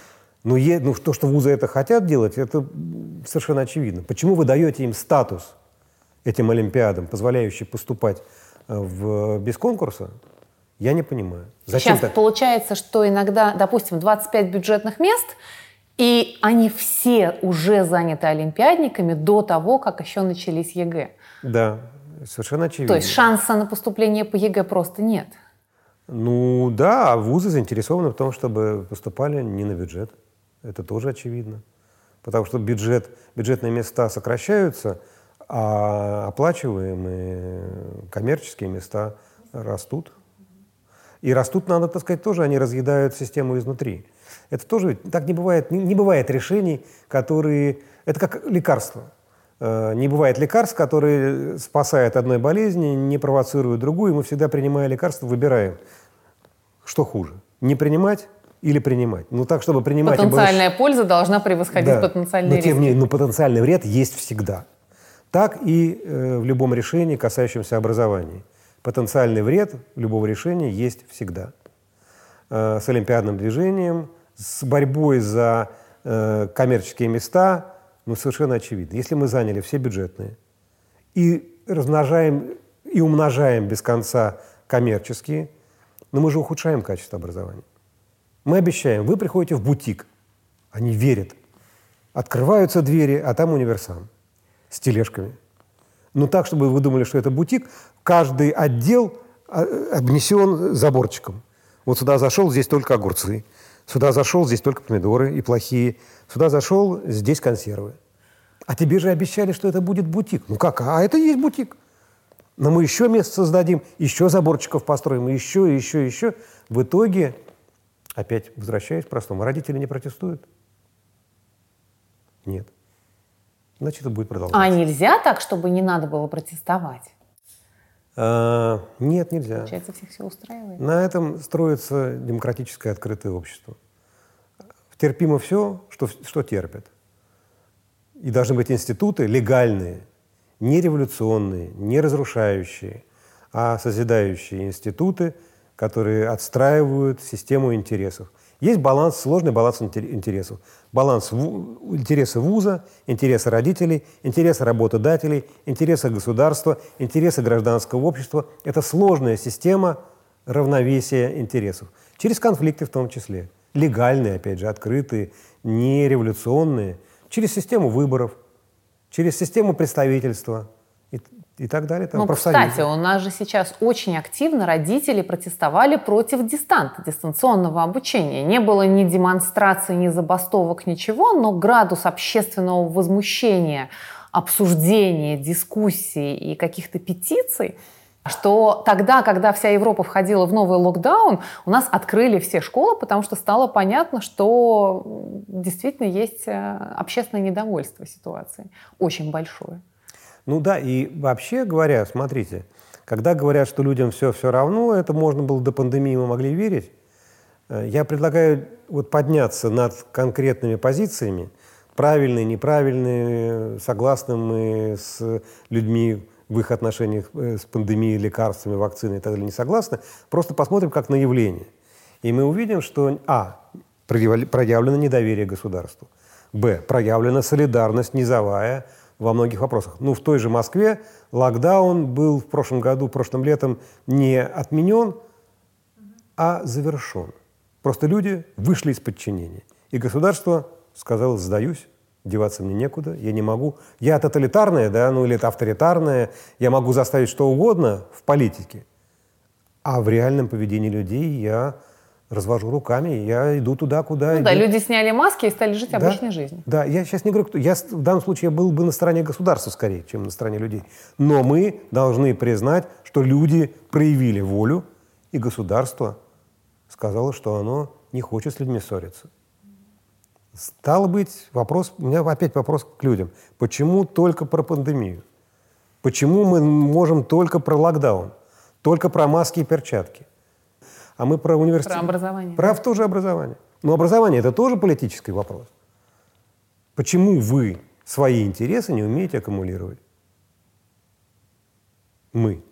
То, что вузы это хотят делать, это совершенно очевидно. Почему вы даете им статус, этим олимпиадам, позволяющий поступать без конкурса, я не понимаю. Зачем Сейчас так? Получается, что иногда, допустим, 25 бюджетных мест, и они все уже заняты олимпиадниками до того, как еще начались ЕГЭ. Да, совершенно очевидно. То есть шанса на поступление по ЕГЭ просто нет. Да, вузы заинтересованы в том, чтобы поступали не на бюджет. Это тоже очевидно. Потому что бюджетные места сокращаются, а оплачиваемые коммерческие места растут. И растут, надо сказать, тоже, они разъедают систему изнутри. Это тоже так не бывает. Не бывает решений, которые... Это как лекарство. Не бывает лекарств, которые спасают одной болезни, не провоцируют другую. Мы всегда, принимая лекарства, выбираем, что хуже. Не принимать или принимать. Ну, так, чтобы принимать... Потенциальная польза должна превосходить потенциальный риск. Но тем не менее, потенциальный вред есть всегда. Так и в любом решении, касающемся образования. Потенциальный вред любого решения есть всегда. С олимпиадным движением, с борьбой за коммерческие места, совершенно очевидно. Если мы заняли все бюджетные и размножаем и умножаем без конца коммерческие, мы же ухудшаем качество образования. Мы обещаем, вы приходите в бутик, они верят, открываются двери, а там универсам с тележками. Но так, чтобы вы думали, что это бутик, каждый отдел обнесен заборчиком. Вот сюда зашел, здесь только огурцы. Сюда зашел, здесь только помидоры и плохие. Сюда зашел, здесь консервы. А тебе же обещали, что это будет бутик. Ну как, а это и есть бутик. Но мы еще место создадим, еще заборчиков построим, еще, еще, еще. В итоге, опять возвращаясь к простому, родители не протестуют? Нет. Значит, это будет продолжаться. А нельзя так, чтобы не надо было протестовать? Нет, нельзя. Получается, всех все устраивает. На этом строится демократическое открытое общество. Терпимо все, что терпят. И должны быть институты легальные, не революционные, не разрушающие, а созидающие институты, которые отстраивают систему интересов. Есть баланс, сложный баланс интересов. Баланс интереса вуза, интереса родителей, интереса работодателей, интереса государства, интереса гражданского общества. Это сложная система равновесия интересов. Через конфликты в том числе. Легальные, опять же, открытые, не революционные. Через систему выборов, через систему представительства и так далее. Ну, кстати, у нас же сейчас очень активно родители протестовали против дистанционного обучения. Не было ни демонстраций, ни забастовок, ничего, но градус общественного возмущения, обсуждения, дискуссий и каких-то петиций, что тогда, когда вся Европа входила в новый локдаун, у нас открыли все школы, потому что стало понятно, что действительно есть общественное недовольство ситуацией, очень большое. Ну да, и вообще говоря, смотрите, когда говорят, что людям все равно, это можно было до пандемии, мы могли верить. Я предлагаю подняться над конкретными позициями, правильные, неправильные, согласны мы с людьми в их отношениях с пандемией, лекарствами, вакциной и так далее, не согласны, просто посмотрим как на явление. И мы увидим, что проявлено недоверие государству, проявлена солидарность низовая во многих вопросах. В той же Москве локдаун был в прошлым летом не отменен, а завершен. Просто люди вышли из подчинения. И государство сказало: сдаюсь, деваться мне некуда, я не могу. Я тоталитарное, или это авторитарное, я могу заставить что угодно в политике, а в реальном поведении людей я развожу руками, я иду туда, куда идут. Да, люди сняли маски и стали жить обычной жизнью. Да, я сейчас не говорю, в данном случае я был бы на стороне государства скорее, чем на стороне людей. Но мы должны признать, что люди проявили волю, и государство сказало, что оно не хочет с людьми ссориться. Стало быть, у меня опять вопрос к людям. Почему только про пандемию? Почему мы можем только про локдаун? Только про маски и перчатки? А мы про университет. Про образование. Про тоже образование. Но образование – это тоже политический вопрос. Почему вы свои интересы не умеете аккумулировать? Мы.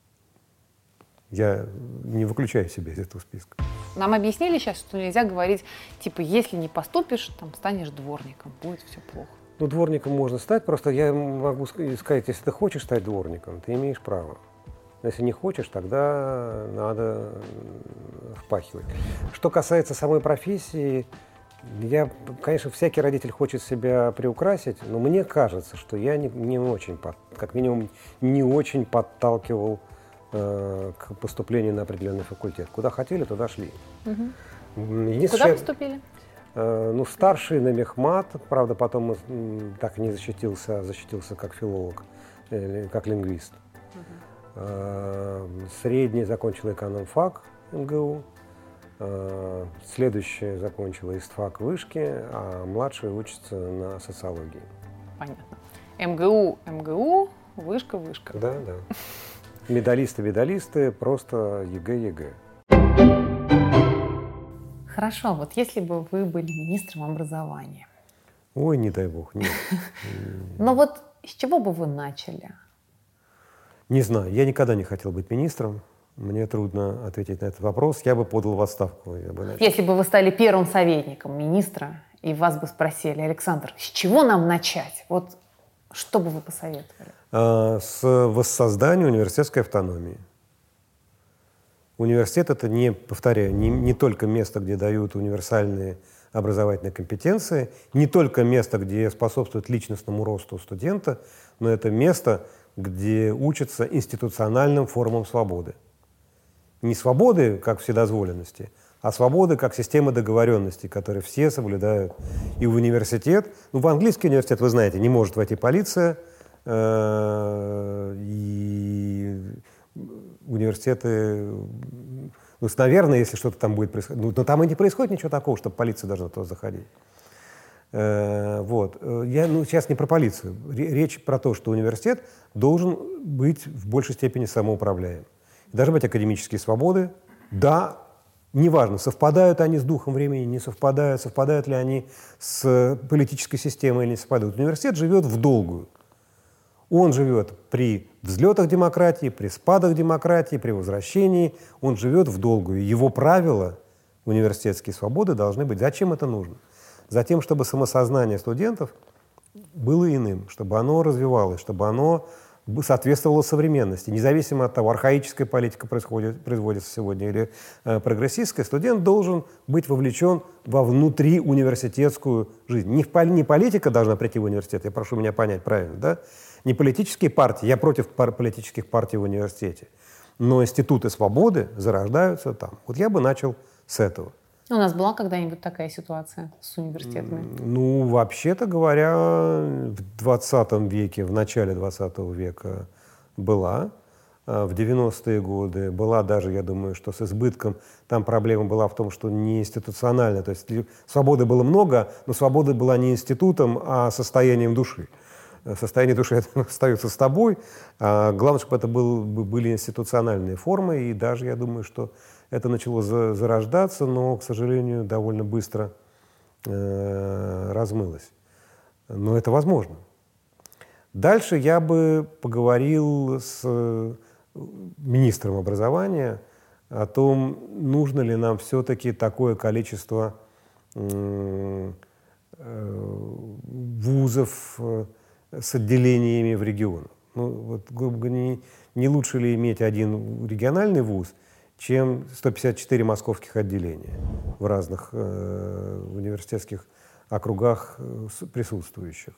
Я не выключаю себя из этого списка. Нам объяснили сейчас, что нельзя говорить, если не поступишь, станешь дворником, будет все плохо. Дворником можно стать, просто я могу сказать, если ты хочешь стать дворником, ты имеешь право. Но если не хочешь, тогда надо впахивать. Что касается самой профессии, конечно, всякий родитель хочет себя приукрасить, но мне кажется, что я не очень, как минимум, не очень подталкивал к поступлению на определенный факультет. Куда хотели, туда шли. Угу. Куда поступили? Старший на мехмат, правда, потом так и не защитился как филолог, как лингвист. Средний закончил экономфак МГУ, следующий закончил ИСТФАК вышки, а младший учится на социологии. Понятно. МГУ, вышка. Да. Медалисты, просто ЕГЭ. Хорошо, вот если бы вы были министром образования. Ой, не дай бог, нет. Но вот с чего бы вы начали? Не знаю, я никогда не хотел быть министром. Мне трудно ответить на этот вопрос. Я бы подал в отставку. Если бы вы стали первым советником министра, и вас бы спросили: Александр, с чего нам начать? Вот что бы вы посоветовали? С воссоздания университетской автономии. Университет — это, повторяю, не только место, где дают универсальные образовательные компетенции, не только место, где способствует личностному росту студента, но это место, где учатся институциональным формам свободы. Не свободы как вседозволенности, а свободы как системы договоренности, которые все соблюдают. И в университет, в английский университет, вы знаете, не может войти полиция, и университеты, наверное, если что-то там будет происходить, но там и не происходит ничего такого, чтобы полиция должна туда заходить. Вот. Я сейчас не про полицию. Речь про то, что университет должен быть в большей степени самоуправляем. Должны быть академические свободы. Да, неважно, совпадают они с духом времени, не совпадают, совпадают ли они с политической системой или не совпадают. Университет живет в долгую. Он живет при взлетах демократии, при спадах демократии, при возвращении. Он живет в долгую. Его правила, университетские свободы, должны быть. Зачем это нужно? Затем, чтобы самосознание студентов было иным, чтобы оно развивалось, чтобы оно соответствовало современности. Независимо от того, архаическая политика производится сегодня или прогрессистская, студент должен быть вовлечен во внутриуниверситетскую жизнь. Не политика должна прийти в университет, я прошу меня понять правильно, да? Не политические партии, я против политических партий в университете, но институты свободы зарождаются там. Вот я бы начал с этого. У нас была когда-нибудь такая ситуация с университетами? Вообще-то говоря, в 20 веке, в начале 20 века была. В 90-е годы была даже, я думаю, что с избытком. Там проблема была в том, что не институционально. То есть свободы было много, но свобода была не институтом, а состоянием души. Состояние души остается с тобой. Главное, чтобы это были институциональные формы. И даже, я думаю, что это начало зарождаться, но, к сожалению, довольно быстро размылось. Но это возможно. Дальше я бы поговорил с министром образования о том, нужно ли нам все-таки такое количество вузов с отделениями в регионах. Грубо говоря, не лучше ли иметь один региональный вуз, чем 154 московских отделения в разных университетских округах присутствующих.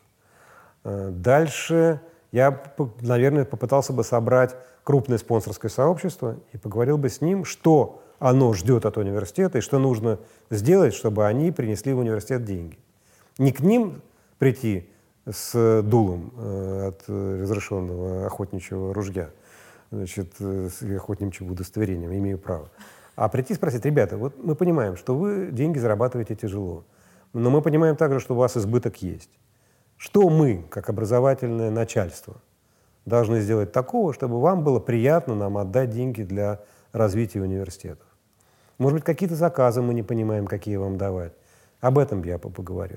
Дальше я, наверное, попытался бы собрать крупное спонсорское сообщество и поговорил бы с ним, что оно ждет от университета и что нужно сделать, чтобы они принесли в университет деньги. Не к ним прийти с дулом от разрешенного охотничьего ружья, значит, с охотничьим удостоверением, имею право. А прийти и спросить: ребята, вот мы понимаем, что вы деньги зарабатываете тяжело, но мы понимаем также, что у вас избыток есть. Что мы, как образовательное начальство, должны сделать такого, чтобы вам было приятно нам отдать деньги для развития университетов? Может быть, какие-то заказы мы не понимаем, какие вам давать. Об этом я поговорил.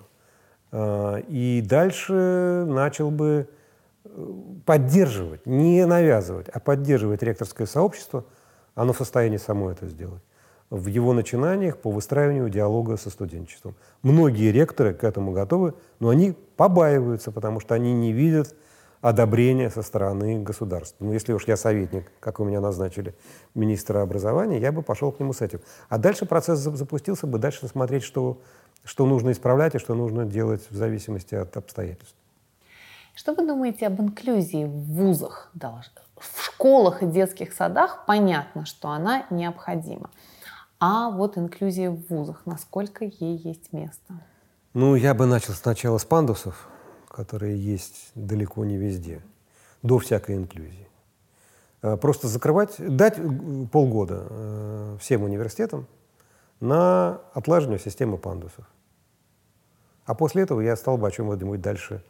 И дальше начал бы поддерживать, не навязывать, а поддерживать ректорское сообщество. Оно в состоянии само это сделать. В его начинаниях по выстраиванию диалога со студенчеством. Многие ректоры к этому готовы, но они побаиваются, потому что они не видят одобрения со стороны государства. Если уж я советник, как вы меня назначили, министра образования, я бы пошел к нему с этим. А дальше процесс запустился бы, дальше смотреть, что нужно исправлять и что нужно делать в зависимости от обстоятельств. Что вы думаете об инклюзии в вузах? В школах и детских садах понятно, что она необходима. А вот инклюзия в вузах, насколько ей есть место? Я бы начал сначала с пандусов, которые есть далеко не везде, до всякой инклюзии. Просто дать полгода всем университетам на отлаживание системы пандусов. А после этого я стал бы о чем-нибудь дальше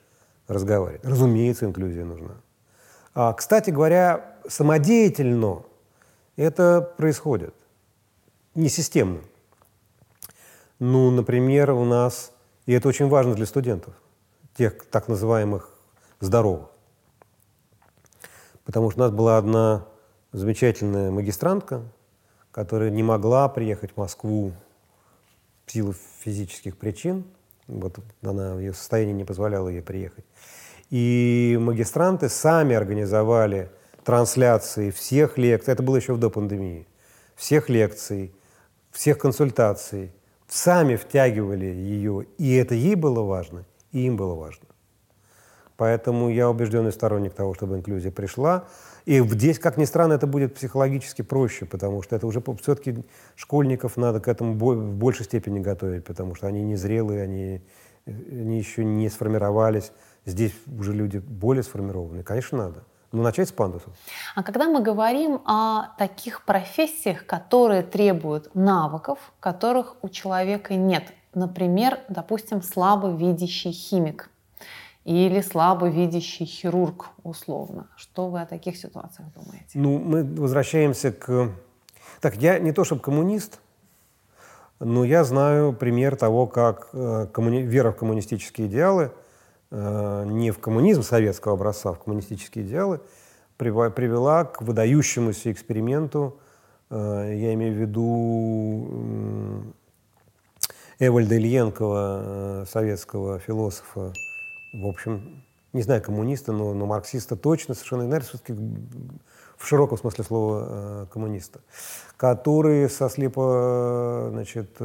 разговаривать. Разумеется, инклюзия нужна. Кстати говоря, самодеятельно это происходит, не системно. Ну, например, у нас, и это очень важно для студентов, тех так называемых здоровых, потому что у нас была одна замечательная магистрантка, которая не могла приехать в Москву в силу физических причин, вот ее состояние не позволяло ей приехать. И магистранты сами организовали трансляции всех лекций, это было еще до пандемии, всех лекций, всех консультаций, сами втягивали ее, и это ей было важно, и им было важно. Поэтому я убежденный сторонник того, чтобы инклюзия пришла. И здесь, как ни странно, это будет психологически проще, потому что это уже все-таки школьников надо к этому в большей степени готовить, потому что они незрелые, они еще не сформировались. Здесь уже люди более сформированные. Конечно, надо. Но начать с пандусов. А когда мы говорим о таких профессиях, которые требуют навыков, которых у человека нет, например, допустим, слабовидящий химик или слабовидящий хирург, условно. Что вы о таких ситуациях думаете? Ну, мы возвращаемся к... Так, я не то чтобы коммунист, но я знаю пример того, как вера в коммунистические идеалы, не в коммунизм советского образца, а в коммунистические идеалы, привела к выдающемуся эксперименту, я имею в виду Эвальда Ильенкова, советского философа, в общем, не знаю, коммуниста, но марксиста точно, совершенно, наверное, все-таки в широком смысле слова коммуниста, который со слепо, значит,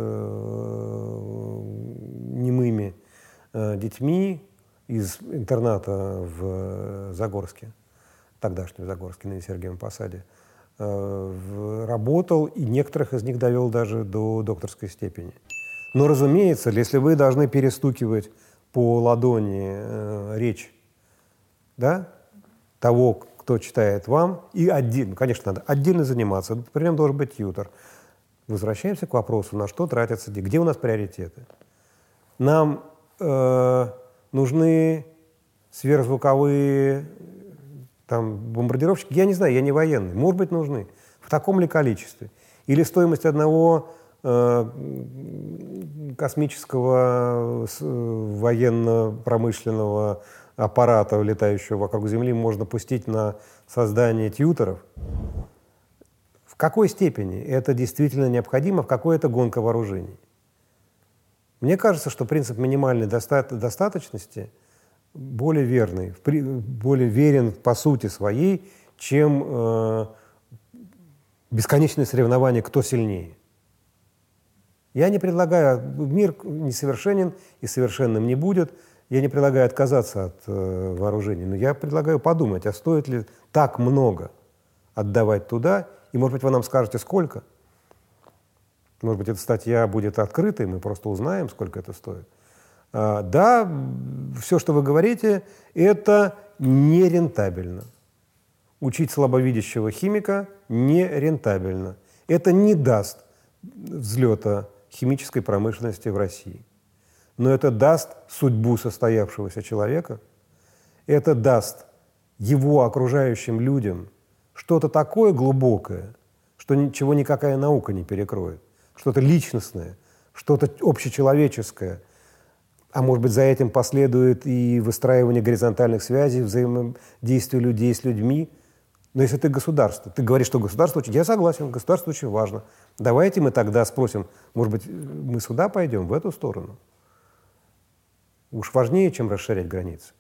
немыми детьми из интерната в Загорске, тогдашнем Загорске, на Сергиевом Посаде, работал, и некоторых из них довел даже до докторской степени. Но, разумеется, если вы должны перестукивать по ладони речь, да, того, кто читает вам, и отдельно, конечно, надо отдельно заниматься, например, должен быть тьютор. Возвращаемся к вопросу, на что тратятся деньги, где у нас приоритеты. Нам нужны сверхзвуковые там, бомбардировщики, я не знаю, я не военный, может быть, нужны. В таком ли количестве? Или стоимость одного космического военно-промышленного аппарата, летающего вокруг Земли, можно пустить на создание тьюторов? В какой степени это действительно необходимо, в какой это гонка вооружений? Мне кажется, что принцип минимальной достаточности более верный, более верен по сути своей, чем бесконечное соревнование, кто сильнее. Я не предлагаю, мир несовершенен и совершенным не будет, я не предлагаю отказаться от вооружений, но я предлагаю подумать, а стоит ли так много отдавать туда, и, может быть, вы нам скажете, сколько. Может быть, эта статья будет открытой, мы просто узнаем, сколько это стоит. Да, все, что вы говорите, это нерентабельно. Учить слабовидящего химика нерентабельно. Это не даст взлета химической промышленности в России. Но это даст судьбу состоявшегося человека, это даст его окружающим людям что-то такое глубокое, чего никакая наука не перекроет, что-то личностное, что-то общечеловеческое. А может быть, за этим последует и выстраивание горизонтальных связей, взаимодействие людей с людьми. Но если ты государство, ты говоришь, что государство очень... Я согласен, государство очень важно. Давайте мы тогда спросим, может быть, мы сюда пойдем, в эту сторону? Уж важнее, чем расширять границы.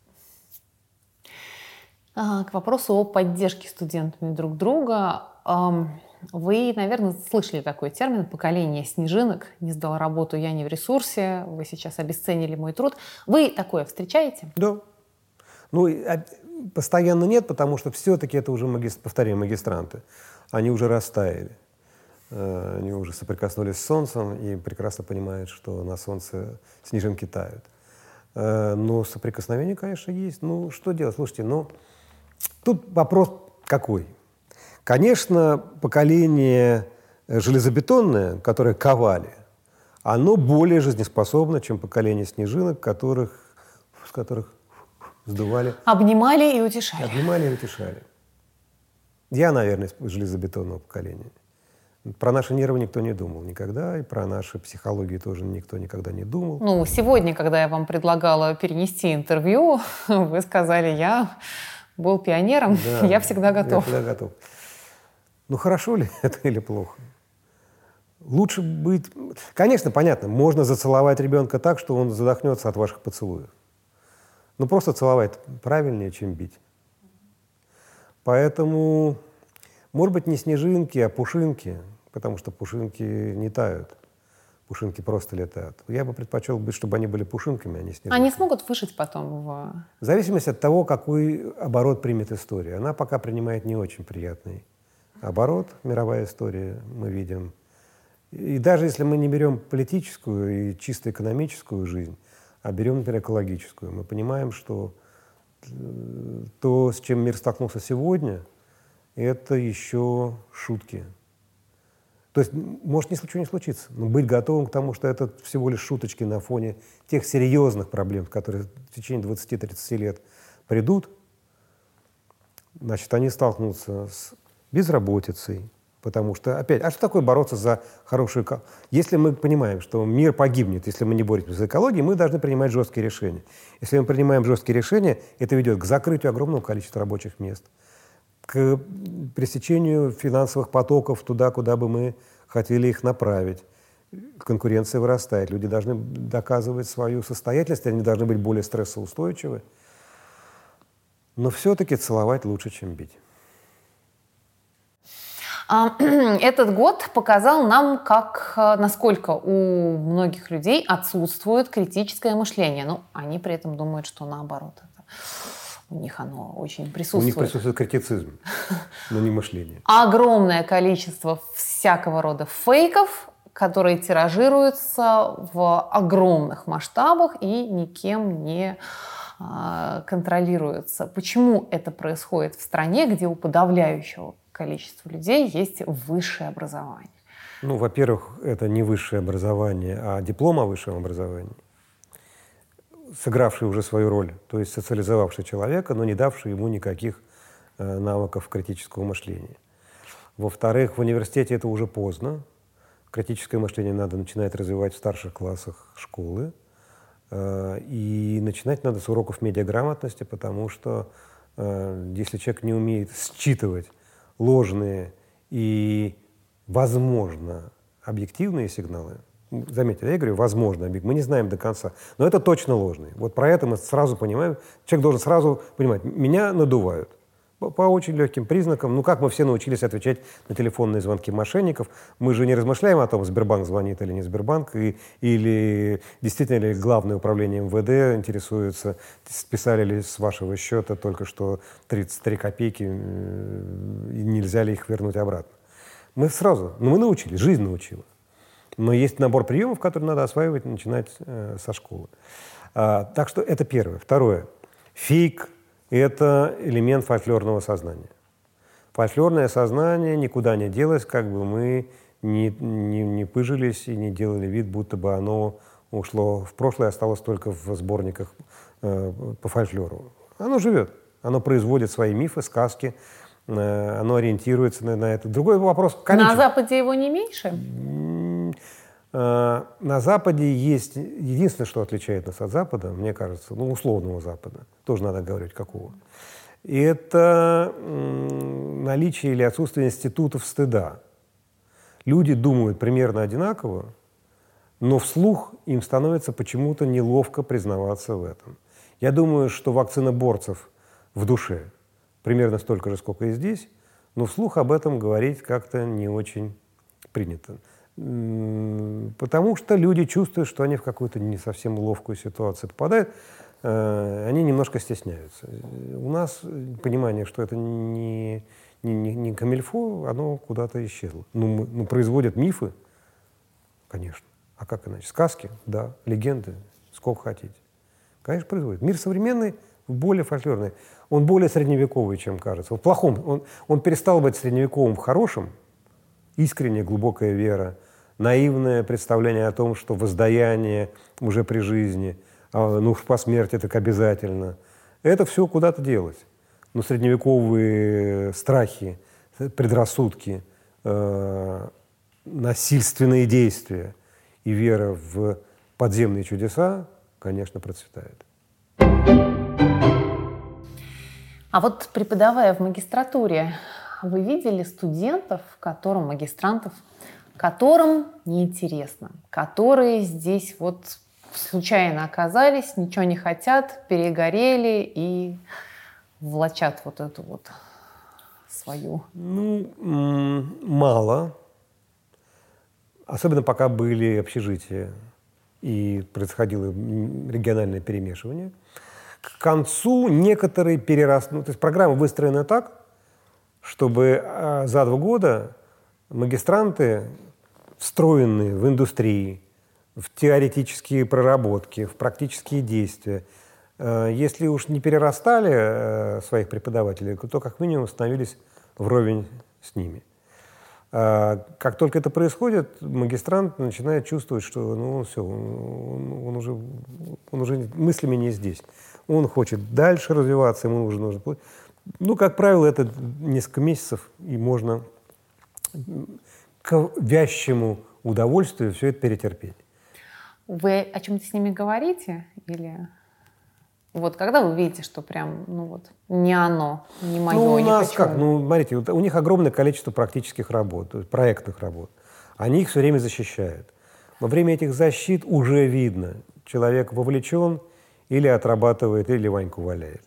К вопросу о поддержке студентами друг друга. Вы, наверное, слышали такой термин «поколение снежинок». Не сдал работу, я не в ресурсе. Вы сейчас обесценили мой труд. Вы такое встречаете? Да. Ну, постоянно нет, потому что все-таки это уже, повторяю, магистранты. Они уже растаяли. Они уже соприкоснулись с солнцем и прекрасно понимают, что на солнце снежинки тают. Но соприкосновение, конечно, есть. Ну, что делать? Слушайте, тут вопрос какой? Конечно, поколение железобетонное, которое ковали, оно более жизнеспособно, чем поколение снежинок, с которых сдували. Обнимали и утешали. Обнимали и утешали. Я, наверное, из железобетонного поколения. Про наши нервы никто не думал никогда, и про нашу психологию тоже никто никогда не думал. Ну, сегодня, когда я вам предлагала перенести интервью, вы сказали, я был пионером, Да, я всегда готов. Я всегда готов. Ну, хорошо ли это или плохо? Лучше быть... Конечно, понятно, можно зацеловать ребенка так, что он задохнется от ваших поцелуев. Но просто целовать правильнее, чем бить. Поэтому, может быть, не снежинки, а пушинки, потому что пушинки не тают. Пушинки просто летают. Я бы предпочел, чтобы они были пушинками, а не снежинками. Они смогут выжить потом в... В зависимости от того, какой оборот примет история. Она пока принимает не очень приятный оборот, мировая история, мы видим. И даже если мы не берем политическую и чисто экономическую жизнь, а берем, например, экологическую, мы понимаем, что то, с чем мир столкнулся сегодня, это еще шутки. То есть может ничего не случиться, но быть готовым к тому, что это всего лишь шуточки на фоне тех серьезных проблем, которые в течение 20-30 лет придут, значит, они столкнутся с безработицей, потому что, опять, а что такое бороться за хорошую экологию? Если мы понимаем, что мир погибнет, если мы не боремся за экологию, мы должны принимать жесткие решения. Если мы принимаем жесткие решения, это ведет к закрытию огромного количества рабочих мест, к пресечению финансовых потоков туда, куда бы мы хотели их направить. Конкуренция вырастает, люди должны доказывать свою состоятельность, они должны быть более стрессоустойчивы. Но все-таки целовать лучше, чем бить. Этот год показал нам, насколько у многих людей отсутствует критическое мышление. Но они при этом думают, что наоборот. У них оно очень присутствует. У них присутствует критицизм, но не мышление. Огромное количество всякого рода фейков, которые тиражируются в огромных масштабах и никем не контролируются. Почему это происходит в стране, где у подавляющего количества людей есть высшее образование? Ну, во-первых, это не высшее образование, а диплом о высшем образовании, сыгравший уже свою роль, то есть социализовавший человека, но не давший ему никаких навыков критического мышления. Во-вторых, в университете это уже поздно. Критическое мышление надо начинать развивать в старших классах школы. И начинать надо с уроков медиаграмотности, потому что если человек не умеет считывать ложные и, возможно, объективные сигналы, заметьте, я говорю, возможно, мы не знаем до конца, но это точно ложные. Вот про это мы сразу понимаем, человек должен сразу понимать, меня надувают. По очень легким признакам. Ну, как мы все научились отвечать на телефонные звонки мошенников. Мы же не размышляем о том, Сбербанк звонит или не Сбербанк, или действительно ли Главное управление МВД интересуется, списали ли с вашего счета только что 33 копейки, и нельзя ли их вернуть обратно. Мы сразу, мы научились, жизнь научила. Но есть набор приемов, которые надо осваивать, начинать со школы. Так что это первое. Второе. Фейк — это элемент фольклорного сознания. Фольклорное сознание никуда не делось, как бы мы не пыжились и не делали вид, будто бы оно ушло в прошлое, осталось только в сборниках по фольклору. Оно живет, оно производит свои мифы, сказки, оно ориентируется на это. Другой вопрос — количество. На Западе его не меньше? На Западе есть... Единственное, что отличает нас от Запада, мне кажется, условного Запада, тоже надо говорить, какого, это наличие или отсутствие институтов стыда. Люди думают примерно одинаково, но вслух им становится почему-то неловко признаваться в этом. Я думаю, что вакциноборцев в душе примерно столько же, сколько и здесь, но вслух об этом говорить как-то не очень принято. Потому что люди чувствуют, что они в какую-то не совсем ловкую ситуацию попадают, они немножко стесняются. У нас понимание, что это не камильфо, оно куда-то исчезло. Производят мифы, конечно. А как иначе? Сказки, да, легенды, сколько хотите. Конечно, производят. Мир современный более фольклорный. Он более средневековый, чем кажется. В плохом. Он перестал быть средневековым в хорошем. Искренняя, глубокая вера, наивное представление о том, что воздаяние уже при жизни, по смерти так обязательно. Это все куда-то делось. Но средневековые страхи, предрассудки, насильственные действия и вера в подземные чудеса, конечно, процветает. А вот преподавая в магистратуре, вы видели студентов, магистрантов, которым неинтересно, которые здесь вот случайно оказались, ничего не хотят, перегорели и влачат вот эту вот свою? Мало. Особенно пока были общежития и происходило региональное перемешивание. К концу некоторые переросли. То есть программа выстроена так, чтобы за 2 года магистранты, встроенные в индустрии, в теоретические проработки, в практические действия, если уж не перерастали своих преподавателей, то как минимум становились вровень с ними. Как только это происходит, магистрант начинает чувствовать, что все, он уже мыслями не здесь. Он хочет дальше развиваться, ему нужно. Как правило, это несколько месяцев, и можно к вязчему удовольствию все это перетерпеть. Вы о чем-то с ними говорите? Или вот когда вы видите, что прям, не оно, не мое, у не нас хочу? как? Смотрите, у них огромное количество практических работ, проектных работ. Они их все время защищают. Во время этих защит уже видно, человек вовлечен или отрабатывает, или Ваньку валяет.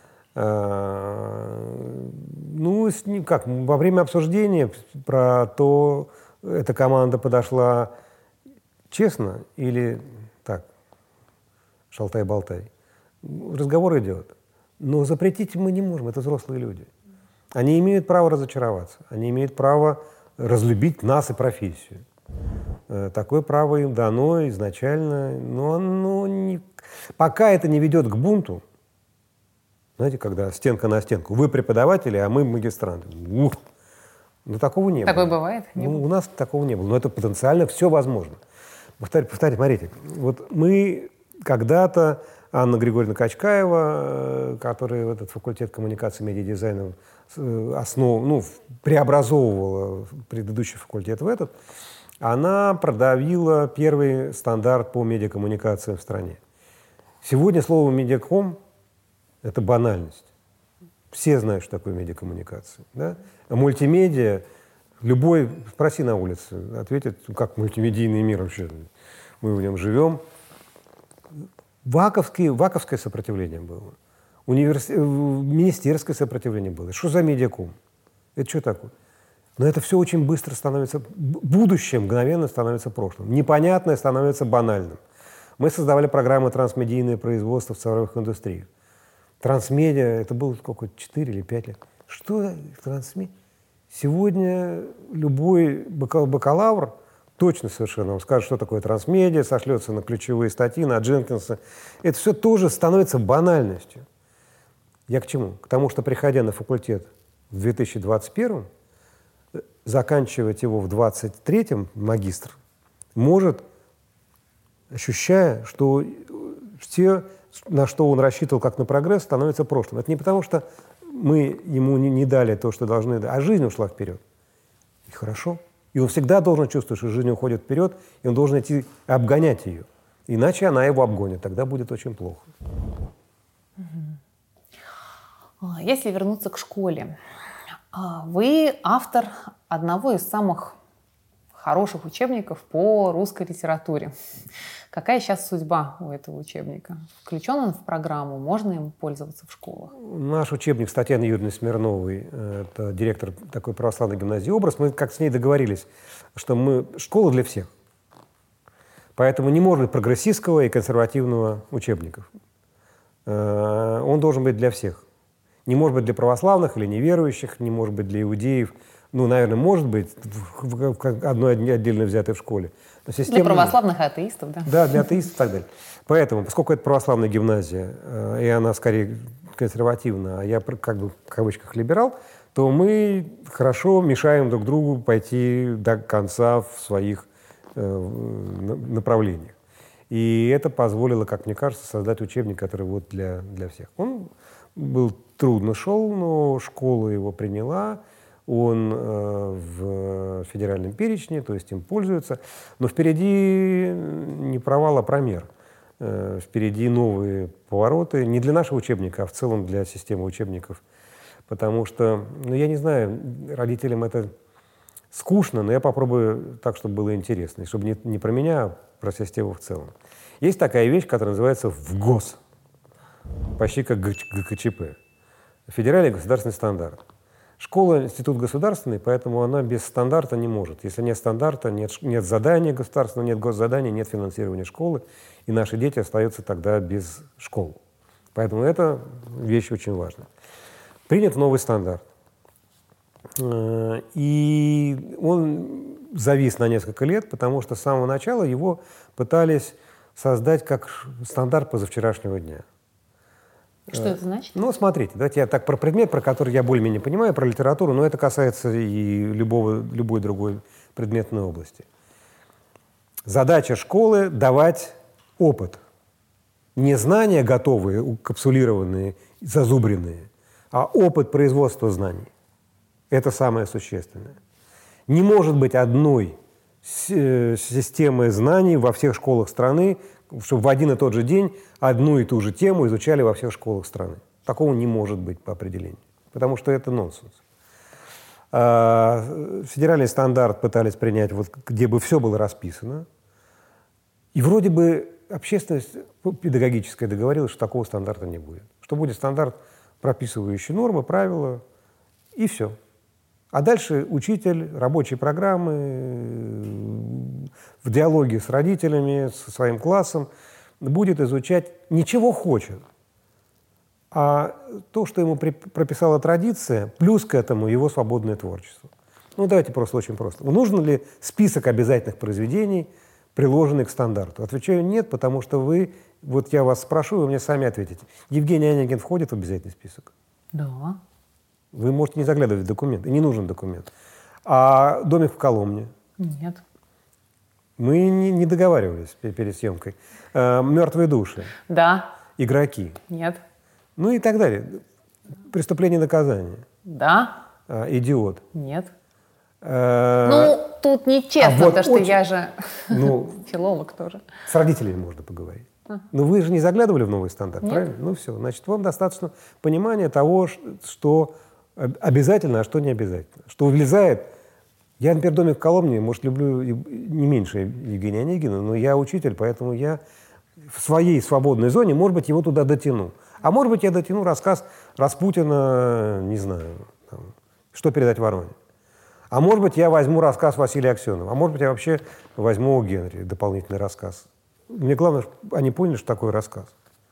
С ним как? Во время обсуждения про то, эта команда подошла честно или так, шалтай-болтай. Разговор идет. Но запретить мы не можем, это взрослые люди. Они имеют право разочароваться, они имеют право разлюбить нас и профессию. Такое право им дано изначально, но пока это не ведет к бунту. Знаете, когда стенка на стенку. Вы преподаватели, а мы магистранты. Такого не было. Такое бывает? У нас такого не было. Но это потенциально все возможно. Повторите, смотрите. Вот мы когда-то, Анна Григорьевна Качкаева, которая этот факультет коммуникации и медиадизайна преобразовывала предыдущий факультет в этот, она продавила первый стандарт по медиакоммуникациям в стране. Сегодня слово «медиаком» — это банальность. Все знают, что такое медиакоммуникация. Да? А мультимедиа, любой, спроси на улице, ответит, как мультимедийный мир вообще, мы в нем живем. Ваковское сопротивление было, министерское сопротивление было. Что за медиаком? Это что такое? Но это все очень быстро становится, будущее мгновенно становится прошлым. Непонятное становится банальным. Мы создавали программы «Трансмедийное производство в цифровых индустриях». Трансмедиа, это было сколько, 4 или 5 лет. Что трансмедиа? Сегодня любой бакалавр точно совершенно вам скажет, что такое трансмедиа, сошлется на ключевые статьи, на Дженкинса. Это все тоже становится банальностью. Я к чему? К тому, что, приходя на факультет в 2021, заканчивать его в 2023 магистр может, ощущая, что все, на что он рассчитывал как на прогресс, становится прошлым. Это не потому, что мы ему не дали то, что должны, а жизнь ушла вперед. И хорошо. И он всегда должен чувствовать, что жизнь уходит вперед, и он должен идти обгонять ее. Иначе она его обгонит, тогда будет очень плохо. Если вернуться к школе, вы автор одного из самых хороших учебников по русской литературе. Какая сейчас судьба у этого учебника? Включен он в программу? Можно им пользоваться в школах? Наш учебник с Татьяной Юрьевной Смирновой, это директор такой православной гимназии «Образ», мы как с ней договорились, что школа для всех. Поэтому не может быть прогрессистского и консервативного учебников. Он должен быть для всех. Не может быть для православных или неверующих, не может быть для иудеев. Наверное, может быть в одной отдельно взятой в школе. Но для православных атеистов, да? Да, для атеистов и так далее. Поэтому, поскольку это православная гимназия, и она скорее консервативна, а я как бы в кавычках либерал, то мы хорошо мешаем друг другу пойти до конца в своих направлениях. И это позволило, как мне кажется, создать учебник, который вот для всех. Он был трудно шел, но школа его приняла, он в федеральном перечне, то есть им пользуются. Но впереди не провал, а промер. Впереди новые повороты, не для нашего учебника, а в целом для системы учебников. Потому что, ну, я не знаю, родителям это скучно, но я попробую так, чтобы было интересно. И чтобы не про меня, а про систему в целом. Есть такая вещь, которая называется ВГОС. Почти как ГКЧП. Федеральный государственный стандарт. Школа — институт государственный, поэтому она без стандарта не может. Если нет стандарта, нет задания государственного, нет госзадания, нет финансирования школы, и наши дети остаются тогда без школ. Поэтому эта вещь очень важна. Принят новый стандарт. И он завис на несколько лет, потому что с самого начала его пытались создать как стандарт позавчерашнего дня. Что это значит? Ну, смотрите, давайте я так про предмет, про который я более-менее понимаю, про литературу, но это касается и любой другой предметной области. Задача школы — давать опыт. Не знания готовые, капсулированные, зазубренные, а опыт производства знаний. Это самое существенное. Не может быть одной системы знаний во всех школах страны, чтобы в один и тот же день одну и ту же тему изучали во всех школах страны. Такого не может быть по определению, потому что это нонсенс. Федеральный стандарт пытались принять, вот, где бы все было расписано, и вроде бы общественность педагогическая договорилась, что такого стандарта не будет. Что будет стандарт, прописывающий нормы, правила, и все. А дальше учитель, рабочие программы, в диалоге с родителями, со своим классом будет изучать ничего хочет, а то, что ему прописала традиция, плюс к этому его свободное творчество. Ну, давайте просто очень просто. Нужен ли список обязательных произведений, приложенный к стандарту? Отвечаю нет, потому что вот я вас спрошу, вы мне сами ответите. Евгений Онегин входит в обязательный список? Да. Вы можете не заглядывать в документ, и не нужен документ. А «Домик в Коломне»? Нет. Мы не договаривались перед съемкой. «Мертвые души»? Да. «Игроки»? Нет. Ну и так далее. «Преступление и наказание»? Да. «Идиот»? Нет. Ну, тут нечестно, вот потому что я же филолог тоже. С родителями можно поговорить. Но вы же не заглядывали в новый стандарт, правильно? Ну все, значит, вам достаточно понимания того, что обязательно, а что не обязательно. Что влезает. Я, например, «Домик в Коломне», может, люблю не меньше Евгения Онегина, но я учитель, поэтому я в своей свободной зоне, может быть, его туда дотяну. А может быть, я дотяну рассказ Распутина, не знаю, там, «Что передать Вороне». А может быть, я возьму рассказ Василия Аксенова. А может быть, я вообще возьму у Генри дополнительный рассказ. Мне главное, чтобы они поняли, что такое рассказ.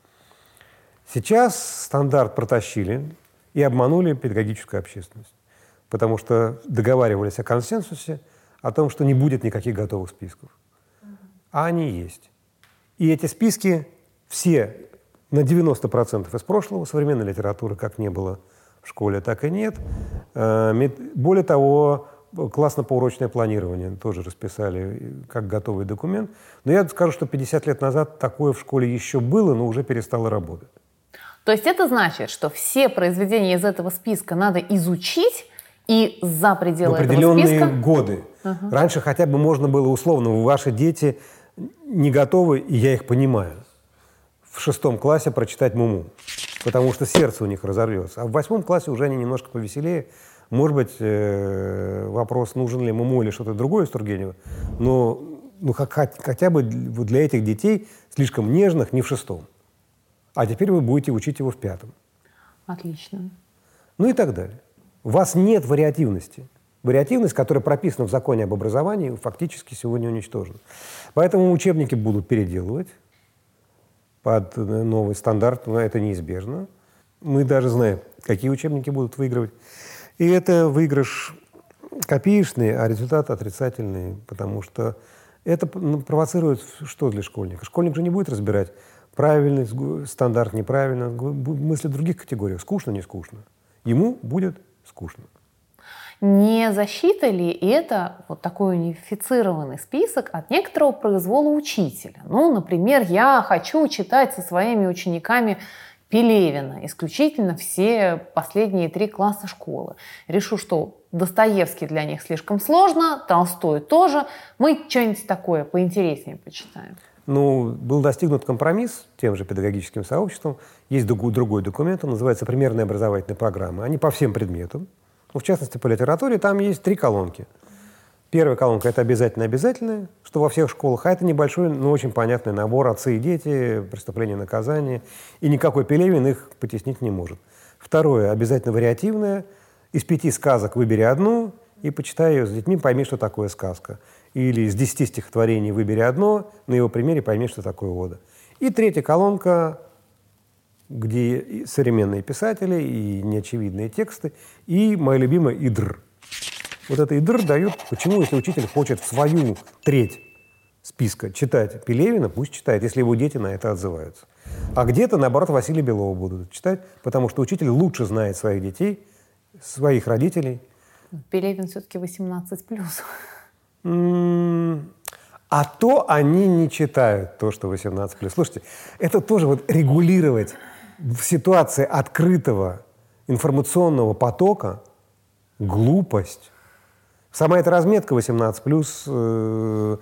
Сейчас стандарт протащили и обманули педагогическую общественность. Потому что договаривались о консенсусе, о том, что не будет никаких готовых списков. А они есть. И эти списки все на 90% из прошлого, современной литературы как не было в школе, так и нет. Более того, классно-поурочное планирование тоже расписали как готовый документ. Но я скажу, что 50 лет назад такое в школе еще было, но уже перестало работать. То есть это значит, что все произведения из этого списка надо изучить и за пределы этого списка... определенные годы. Раньше хотя бы можно было условно, ваши дети не готовы, и я их понимаю, в 6 классе прочитать «Муму», потому что сердце у них разорвется. А в 8 классе уже они немножко повеселее. Может быть, вопрос, нужен ли «Муму» или что-то другое из Тургенева, но хотя бы для этих детей, слишком нежных, не в 6. А теперь вы будете учить его в 5. Отлично. Ну и так далее. У вас нет вариативности. Вариативность, которая прописана в законе об образовании, фактически сегодня уничтожена. Поэтому учебники будут переделывать под новый стандарт, но это неизбежно. Мы даже знаем, какие учебники будут выигрывать. И это выигрыш копеечный, а результат отрицательный, потому что это провоцирует что для школьника? Школьник же не будет разбирать правильный стандарт, неправильно, мысли в других категориях. Скучно, не скучно. Ему будет скучно. Не защита ли это, вот такой унифицированный список, от некоторого произвола учителя? Ну, например, я хочу читать со своими учениками Пелевина исключительно все последние 3 класса школы. Решу, что Достоевский для них слишком сложно, Толстой тоже. Мы что-нибудь такое поинтереснее почитаем. Ну, был достигнут компромисс тем же педагогическим сообществом. Есть другой документ, он называется «Примерная образовательная программа». Они по всем предметам. Ну, в частности, по литературе там есть 3 колонки. Первая колонка – это обязательно-обязательное, что во всех школах, а это небольшой, но очень понятный набор «Отцы и дети», «Преступление и наказание», и никакой Пелевин их потеснить не может. Второе – обязательно вариативное. Из 5 сказок выбери одну и почитай ее с детьми, пойми, что такое сказка. Или из 10 стихотворений выбери одно, на его примере пойми, что такое ода. И третья колонка, где и современные писатели, и неочевидные тексты, и моя любимая «Идр». Вот это «Идр» дает, почему, если учитель хочет в свою треть списка читать Пелевина, пусть читает, если его дети на это отзываются. А где-то, наоборот, Василия Белова будут читать, потому что учитель лучше знает своих детей, своих родителей. Пелевин все-таки 18+. А то они не читают то, что 18+. Слушайте, это тоже вот регулировать в ситуации открытого информационного потока глупость. Сама эта разметка 18+.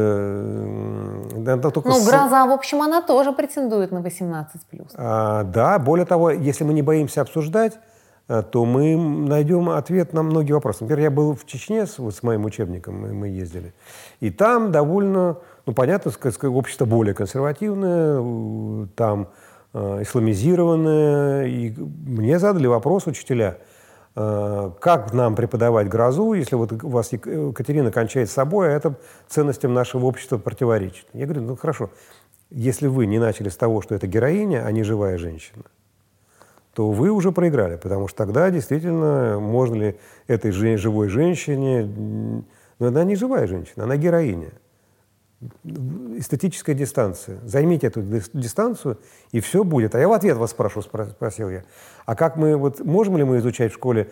«Гроза», в общем, она тоже претендует на 18+. Да, более того, если мы не боимся обсуждать, то мы найдем ответ на многие вопросы. Например, я был в Чечне с моим учебником, мы ездили, и там довольно, понятно, общество более консервативное, там исламизированное, и мне задали вопрос учителя, как нам преподавать «Грозу», если вот у вас Екатерина кончает с собой, а это ценностям нашего общества противоречит. Я говорю, хорошо, если вы не начали с того, что это героиня, а не живая женщина, то вы уже проиграли, потому что тогда действительно можно ли этой живой женщине... Но она не живая женщина, она героиня. Эстетическая дистанция. Займите эту дистанцию, и все будет. А я в ответ вас спросил я, а как мы, можем ли мы изучать в школе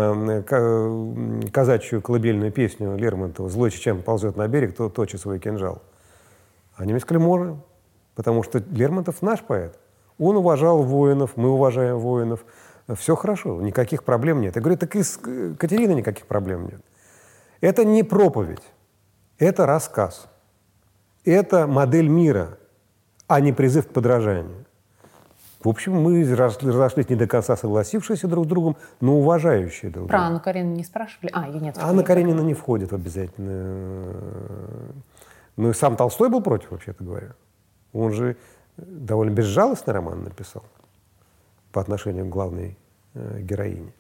казачью колыбельную песню Лермонтова «Злой чечен ползет на берег, то точит свой кинжал»? Они мне сказали, можем, потому что Лермонтов наш поэт. Он уважал воинов, мы уважаем воинов. Все хорошо, никаких проблем нет. Я говорю, так и с Катериной никаких проблем нет. Это не проповедь, это рассказ. Это модель мира, а не призыв к подражанию. В общем, мы разошлись не до конца согласившиеся друг с другом, но уважающие друг друга. Про Анну Каренину не спрашивали? Ее нет. Анна Каренина не входит в обязательно. Ну и сам Толстой был против, вообще-то говоря. Он же довольно безжалостный роман написал по отношению к главной героине.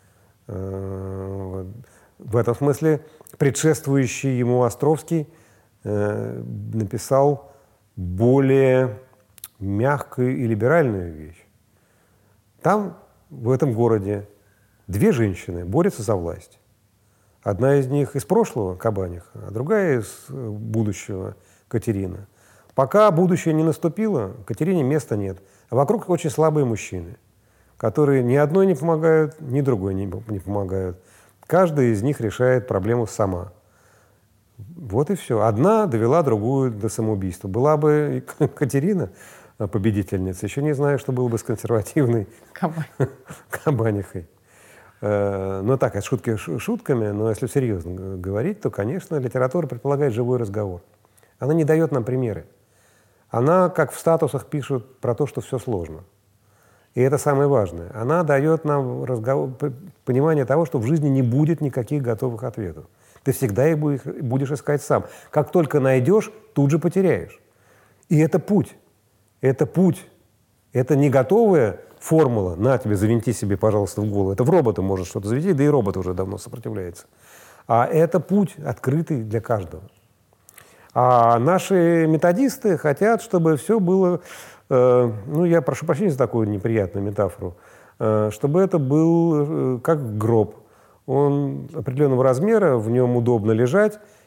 В этом смысле предшествующий ему Островский написал более мягкую и либеральную вещь. Там, в этом городе, 2 женщины борются за власть. Одна из них из прошлого, Кабаниха, а другая из будущего, Катерина. Пока будущее не наступило, Катерине места нет. А вокруг очень слабые мужчины, которые ни одной не помогают, ни другой не помогают. Каждая из них решает проблему сама. Вот и все. Одна довела другую до самоубийства. Была бы Катерина победительница, еще не знаю, что было бы с консервативной Кабанихой. Ну так, шутки шутками, но если серьезно говорить, то, конечно, литература предполагает живой разговор. Она не дает нам примеры. Она, как в статусах, пишет про то, что все сложно. И это самое важное. Она дает нам понимание того, что в жизни не будет никаких готовых ответов. Ты всегда их будешь искать сам. Как только найдешь, тут же потеряешь. И это путь. Это путь. Это не готовая формула. На тебе, завинти себе, пожалуйста, в голову. Это в робота может что-то завинтить, да и робот уже давно сопротивляется. А это путь, открытый для каждого. А наши методисты хотят, чтобы все было... я прошу прощения за такую неприятную метафору. Чтобы это был как гроб. Он определенного размера, в нем удобно лежать,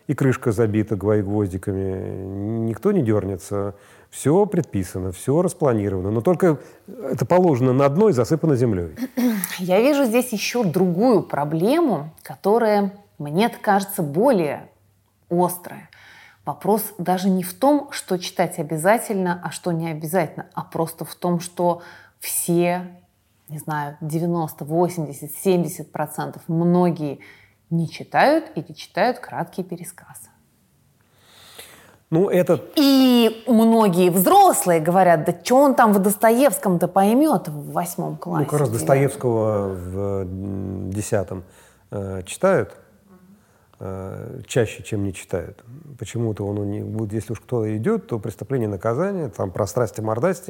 и крышка забита гвоздиками, никто не дернется. Все предписано, все распланировано, но только это положено на дно и засыпано землей. Я вижу здесь еще другую проблему, которая, мне кажется, более острая. Вопрос даже не в том, что читать обязательно, а что не обязательно, а просто в том, что все, не знаю, 90, 80, 70%, многие не читают или читают краткий пересказ. Ну, это... И многие взрослые говорят, да что он там в Достоевском-то поймет в 8 классе? Ну, как раз Достоевского в 10 читают чаще, чем не читают. Почему-то вот если уж кто идет, то «Преступление и наказание», там про страсти-мордасти.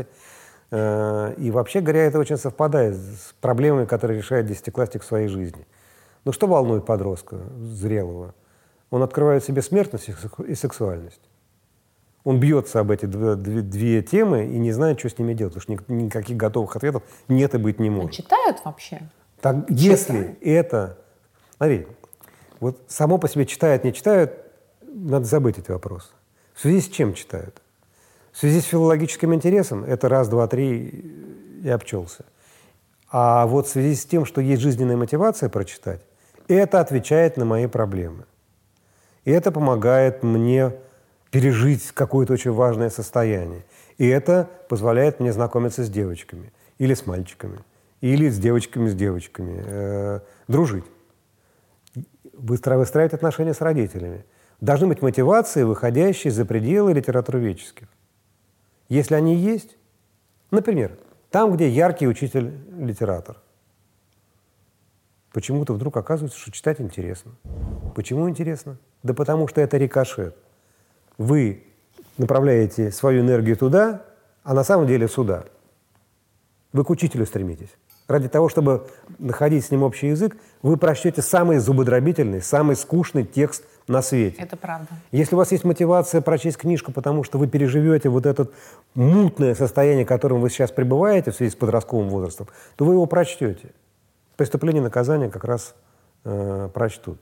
И вообще говоря, это очень совпадает с проблемами, которые решает десятиклассник в своей жизни. Ну, что волнует подростка зрелого? Он открывает в себе смертность и сексуальность. Он бьется об эти две темы и не знает, что с ними делать, потому что никаких готовых ответов нет и быть не может. Читают вообще? Так, если это... Смотри, вот само по себе читают, не читают, надо забыть эти вопросы. В связи с чем читают? В связи с филологическим интересом это раз, два, три и обчелся. А вот в связи с тем, что есть жизненная мотивация прочитать, это отвечает на мои проблемы. И это помогает мне пережить какое-то очень важное состояние. И это позволяет мне знакомиться с девочками, или с мальчиками, или с девочками, дружить, выстраивать отношения с родителями. Должны быть мотивации, выходящие за пределы литературоведческих. Если они есть, например, там, где яркий учитель-литератор, почему-то вдруг оказывается, что читать интересно. Почему интересно? Да потому что это рикошет. Вы направляете свою энергию туда, а на самом деле сюда. Вы к учителю стремитесь. Ради того, чтобы находить с ним общий язык, вы прочтете самый зубодробительный, самый скучный текст на свете. Это правда. Если у вас есть мотивация прочесть книжку, потому что вы переживете вот это мутное состояние, в котором вы сейчас пребываете в связи с подростковым возрастом, то вы его прочтете. «Преступление и наказание» как раз прочтут.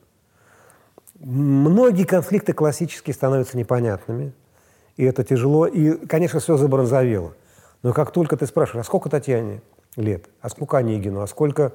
Многие конфликты классические становятся непонятными, и это тяжело, и, конечно, слезы бронзовела. Но как только ты спрашиваешь, а сколько Татьяне лет, а сколько Онегину, а сколько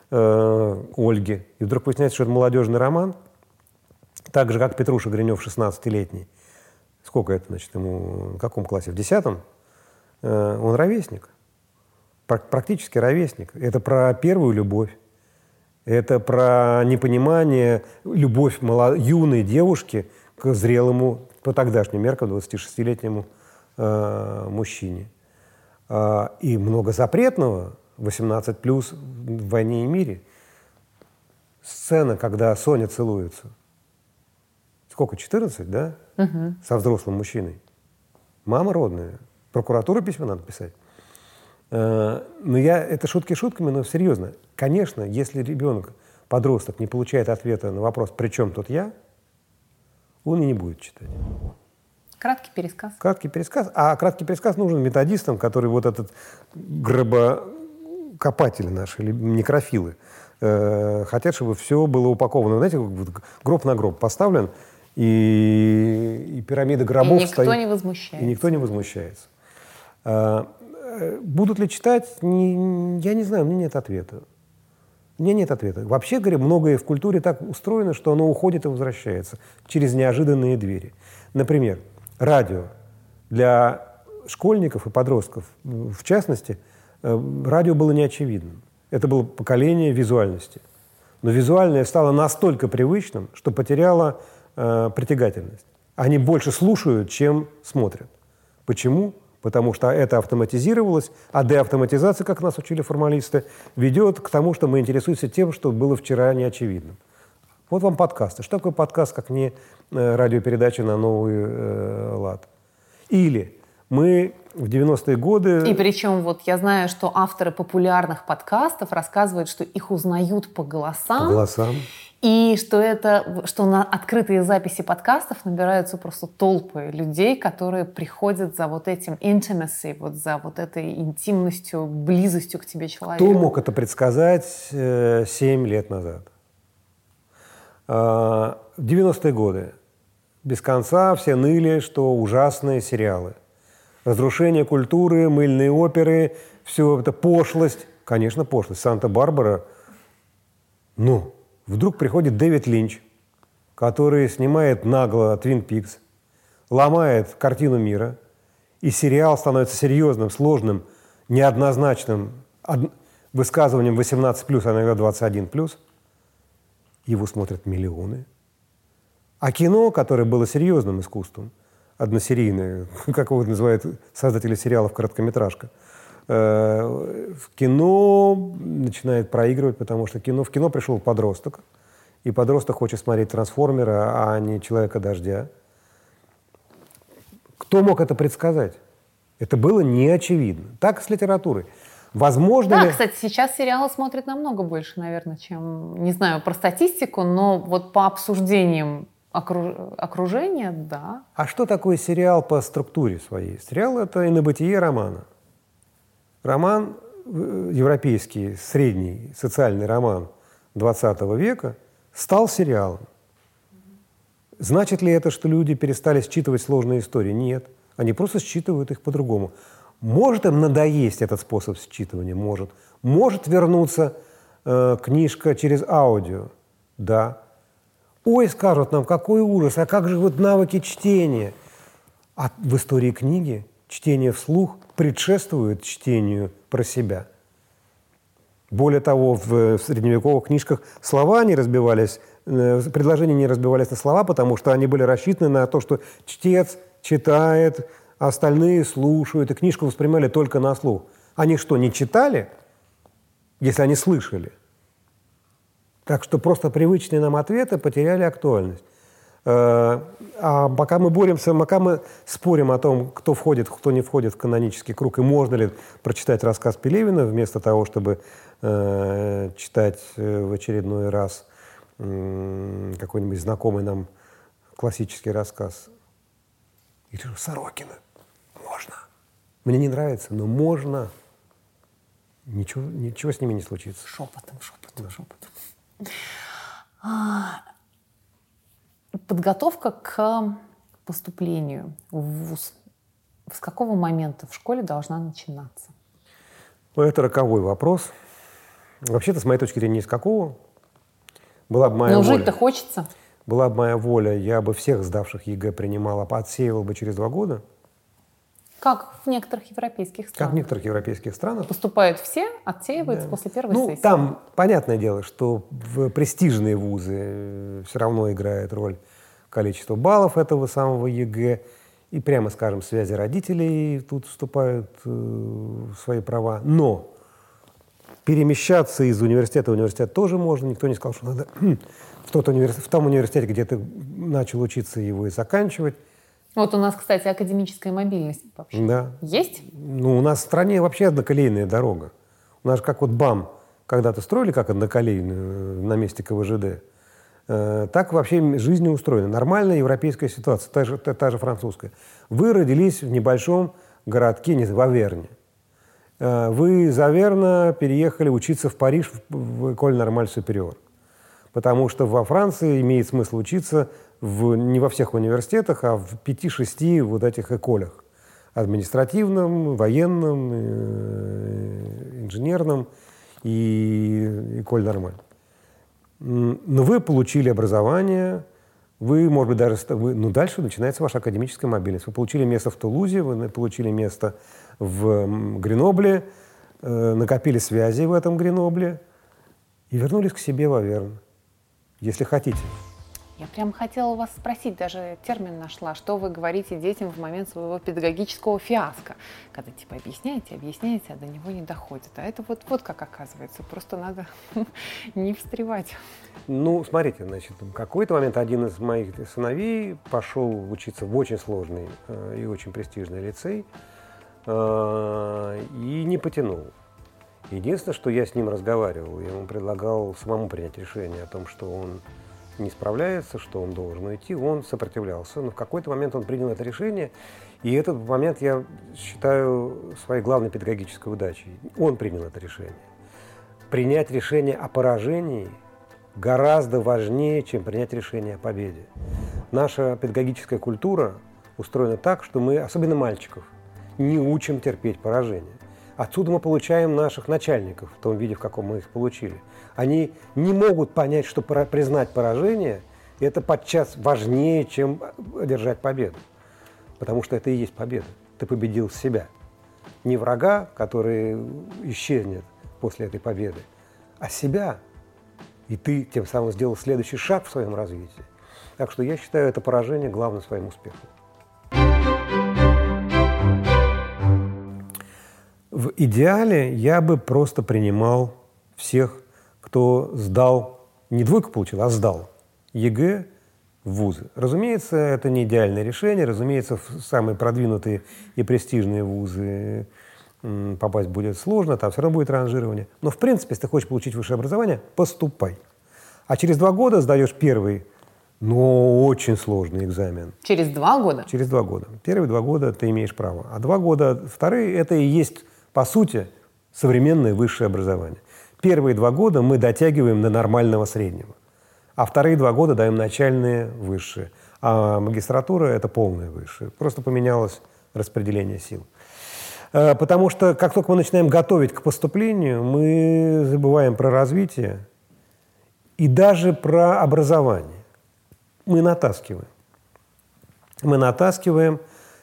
Ольге, и вдруг выясняется, что это молодежный роман, так же, как Петруша Гринев, 16-летний, сколько это, значит, ему, в каком классе, в 10-м, он ровесник, практически ровесник. Это про первую любовь. Это про непонимание, любовь юной девушки к зрелому, по тогдашним меркам, 26-летнему мужчине. И много запретного, 18+, в «Войне и мире». Сцена, когда Соня целуется. Сколько, 14, да? Угу. Со взрослым мужчиной. Мама родная. Прокуратуру письмо надо писать. Это шутки шутками, но серьезно. Конечно, если ребенок, подросток, не получает ответа на вопрос «при чем тут я?», он и не будет читать. Краткий пересказ. Краткий пересказ. А краткий пересказ нужен методистам, которые вот этот гробокопатели наши, или некрофилы, хотят, чтобы все было упаковано. Знаете, гроб на гроб поставлен, и пирамида гробов и стоит. Не возмущается. И никто не возмущается. Будут ли читать, я не знаю, у меня нет ответа. У меня нет ответа. Вообще говоря, многое в культуре так устроено, что оно уходит и возвращается через неожиданные двери. Например, радио. Для школьников и подростков, в частности, радио было неочевидным. Это было поколение визуальности. Но визуальное стало настолько привычным, что потеряло притягательность. Они больше слушают, чем смотрят. Почему? Потому что это автоматизировалось, а деавтоматизация, как нас учили формалисты, ведет к тому, что мы интересуемся тем, что было вчера неочевидным. Вот вам подкасты. Что такое подкаст, как не радиопередача на новый лад? Или мы в 90-е годы... И причем вот я знаю, что авторы популярных подкастов рассказывают, что их узнают по голосам. По голосам. И что на открытые записи подкастов набираются просто толпы людей, которые приходят за вот этим intimacy, вот за вот этой интимностью, близостью к тебе человека. Кто мог это предсказать 7 лет назад? В 90-е годы без конца все ныли, что ужасные сериалы. Разрушение культуры, мыльные оперы, все это пошлость. Конечно, пошлость. Санта-Барбара. Ну, вдруг приходит Дэвид Линч, который снимает нагло «Твин Пикс», ломает картину мира, и сериал становится серьезным, сложным, неоднозначным высказыванием 18+, а иногда 21+. Его смотрят миллионы. А кино, которое было серьезным искусством, односерийное, как его называют создатели сериалов «Короткометражка», в кино начинает проигрывать, потому что в кино пришел подросток, и подросток хочет смотреть «Трансформера», а не «Человека-дождя». Кто мог это предсказать? Это было неочевидно. Так и с литературой. Возможно Да, ли... кстати, сейчас сериалы смотрят намного больше, наверное, чем, не знаю, про статистику, но вот по обсуждениям окружения, да. А что такое сериал по структуре своей? Сериал – это инобытие романа. Роман, европейский, средний социальный роман XX века, стал сериалом. Значит ли это, что люди перестали считывать сложные истории? Нет. Они просто считывают их по-другому. Может им надоесть этот способ считывания? Может. Может вернуться книжка через аудио? Да. Ой, скажут нам, какой ужас, а как же вот навыки чтения? А в истории книги чтение вслух предшествует чтению про себя. Более того, в средневековых книжках слова не разбивались, предложения не разбивались на слова, потому что они были рассчитаны на то, что чтец читает, а остальные слушают, и книжку воспринимали только на слух. Они что, не читали, если они слышали? Так что просто привычные нам ответы потеряли актуальность. А пока мы боремся, пока мы спорим о том, кто входит, кто не входит в канонический круг, и можно ли прочитать рассказ Пелевина вместо того, чтобы читать в очередной раз какой-нибудь знакомый нам классический рассказ. Или же Сорокина. Можно. Мне не нравится, но можно. Ничего с ними не случится. Шепотом. Подготовка к поступлению в вуз. С какого момента в школе должна начинаться? Это роковой вопрос. Вообще-то, с моей точки зрения, ни с какого. Была бы моя Но воля. жить-то хочется. Была бы моя воля, я бы всех сдавших ЕГЭ принимал, а отсеивал бы через 2 года. Как в некоторых европейских странах. Как в некоторых европейских странах. Поступают все, отсеиваются после первой сессии. Там, понятное дело, что в престижные вузы все равно играет роль количество баллов этого самого ЕГЭ. И, прямо скажем, связи родителей тут вступают в свои права. Но перемещаться из университета в университет тоже можно. Никто не сказал, что надо в том университете, где ты начал учиться, его и заканчивать. Вот у нас, кстати, академическая мобильность вообще. Да. Есть? Ну, у нас в стране вообще одноколейная дорога. У нас как вот БАМ когда-то строили как одноколейную на месте КВЖД. Так вообще жизнь не устроена. Нормальная европейская ситуация, та же французская. Вы родились в небольшом городке, в Аверне. Вы из Аверна переехали учиться в Париж в École Normale Supérieure. Потому что во Франции имеет смысл учиться не во всех университетах, а в 5-6 вот этих эколях. Административном, военном, инженерном и École Normale. Но вы получили образование, вы, может быть, даже... дальше начинается ваша академическая мобильность. Вы получили место в Тулузе, вы получили место в Гренобле, накопили связи в этом Гренобле и вернулись к себе в Аверн, если хотите. Я прям хотела у вас спросить, даже термин нашла, что вы говорите детям в момент своего педагогического фиаско, когда типа объясняете, а до него не доходит. А это вот как оказывается, просто надо не встревать. Ну, смотрите, значит, в какой-то момент один из моих сыновей пошел учиться в очень сложный и очень престижный лицей и не потянул. Единственное, что я с ним разговаривал, я ему предлагал самому принять решение о том, что он не справляется, что он должен уйти, он сопротивлялся. Но в какой-то момент он принял это решение, и этот момент я считаю своей главной педагогической удачей. Он принял это решение. Принять решение о поражении гораздо важнее, чем принять решение о победе. Наша педагогическая культура устроена так, что мы, особенно мальчиков, не учим терпеть поражение. Отсюда мы получаем наших начальников в том виде, в каком мы их получили. Они не могут понять, что признать поражение – это подчас важнее, чем одержать победу. Потому что это и есть победа. Ты победил себя. Не врага, который исчезнет после этой победы, а себя. И ты тем самым сделал следующий шаг в своем развитии. Так что я считаю это поражение главным своим успехом. В идеале я бы просто принимал всех, кто сдал, не двойку получил, а сдал ЕГЭ в вузы. Разумеется, это не идеальное решение. Разумеется, в самые продвинутые и престижные вузы попасть будет сложно, там все равно будет ранжирование. Но, в принципе, если ты хочешь получить высшее образование, поступай. А через 2 года сдаешь первый, но очень сложный экзамен. Через 2 года? Через 2 года. Первые 2 года ты имеешь право. А 2 года вторые – это и есть, по сути, современное высшее образование. Первые 2 года мы дотягиваем до нормального среднего. А вторые 2 года даем начальные высшие. А магистратура – это полное высшее. Просто поменялось распределение сил. Потому что как только мы начинаем готовить к поступлению, мы забываем про развитие и даже про образование. Мы натаскиваем. Мы натаскиваем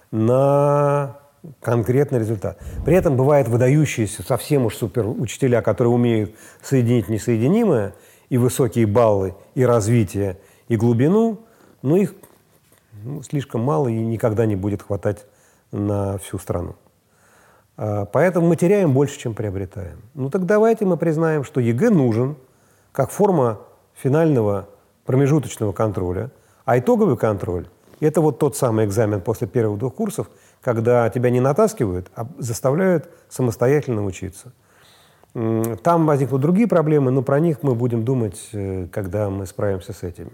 на конкретный результат. При этом бывают выдающиеся, совсем уж супер учителя, которые умеют соединить несоединимое, и высокие баллы, и развитие, и глубину, но их слишком мало и никогда не будет хватать на всю страну. Поэтому мы теряем больше, чем приобретаем. Ну так давайте мы признаем, что ЕГЭ нужен как форма финального промежуточного контроля, а итоговый контроль – это вот тот самый экзамен после первых 2 курсов, когда тебя не натаскивают, а заставляют самостоятельно учиться. Там возникнут другие проблемы, но про них мы будем думать, когда мы справимся с этими.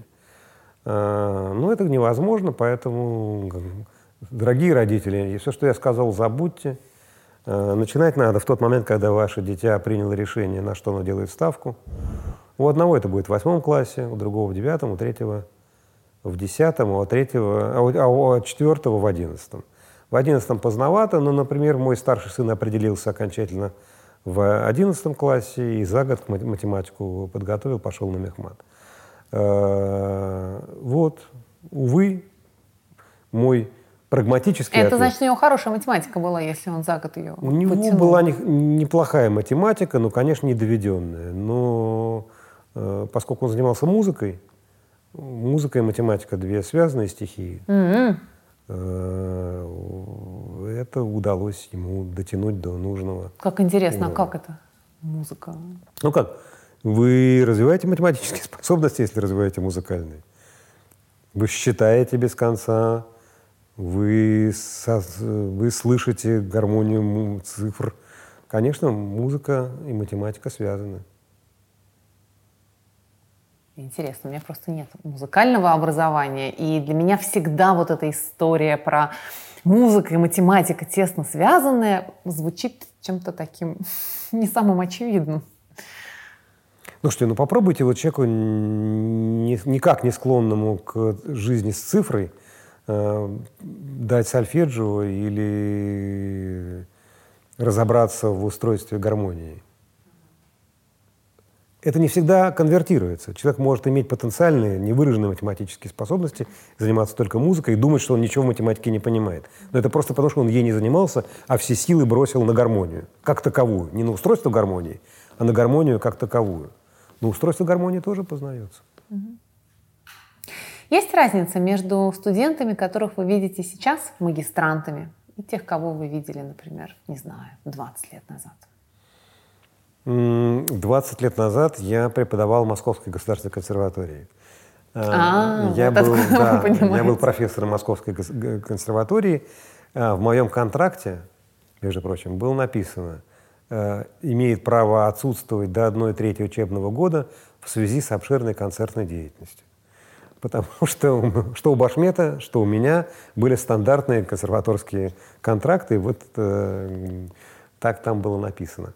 Но это невозможно, поэтому, дорогие родители, все, что я сказал, забудьте. Начинать надо в тот момент, когда ваше дитя приняло решение, на что оно делает ставку. У одного это будет в 8 классе, у другого в 9, у 3 в 10, у 3, у 4 в 11. В 11 поздновато, но, например, мой старший сын определился окончательно в 11 классе и за год математику подготовил, пошел на мехмат. Вот, увы, мой прагматический Это ответ. значит, у него хорошая математика была, если он за год ее У него подтянул. была неплохая математика, но, конечно, не доведенная. Но поскольку он занимался музыкой, музыка и математика – 2 связанные стихии, это удалось ему дотянуть до нужного. Как интересно, а как это? Музыка? Ну как? Вы развиваете математические способности, если развиваете музыкальные. Вы считаете без конца, вы слышите гармонию цифр. Конечно, музыка и математика связаны. Интересно, у меня просто нет музыкального образования, и для меня всегда вот эта история про музыку и математика тесно связанная звучит чем-то таким не самым очевидным. Слушайте, попробуйте вот человеку, никак не склонному к жизни с цифрой, дать сольфеджио или разобраться в устройстве гармонии. Это не всегда конвертируется. Человек может иметь потенциальные, невыраженные математические способности, заниматься только музыкой и думать, что он ничего в математике не понимает. Но это просто потому, что он ей не занимался, а все силы бросил на гармонию, как таковую. Не на устройство гармонии, а на гармонию как таковую. Но устройство гармонии тоже познается. Есть разница между студентами, которых вы видите сейчас, магистрантами, и тех, кого вы видели, например, не знаю, 20 лет назад? 20 лет назад я преподавал в Московской государственной консерватории. Я был профессором Московской консерватории. В моем контракте, между прочим, было написано, имеет право отсутствовать до 1/3 учебного года в связи с обширной концертной деятельностью. Потому что у Башмета, что у меня были стандартные консерваторские контракты, вот так там было написано.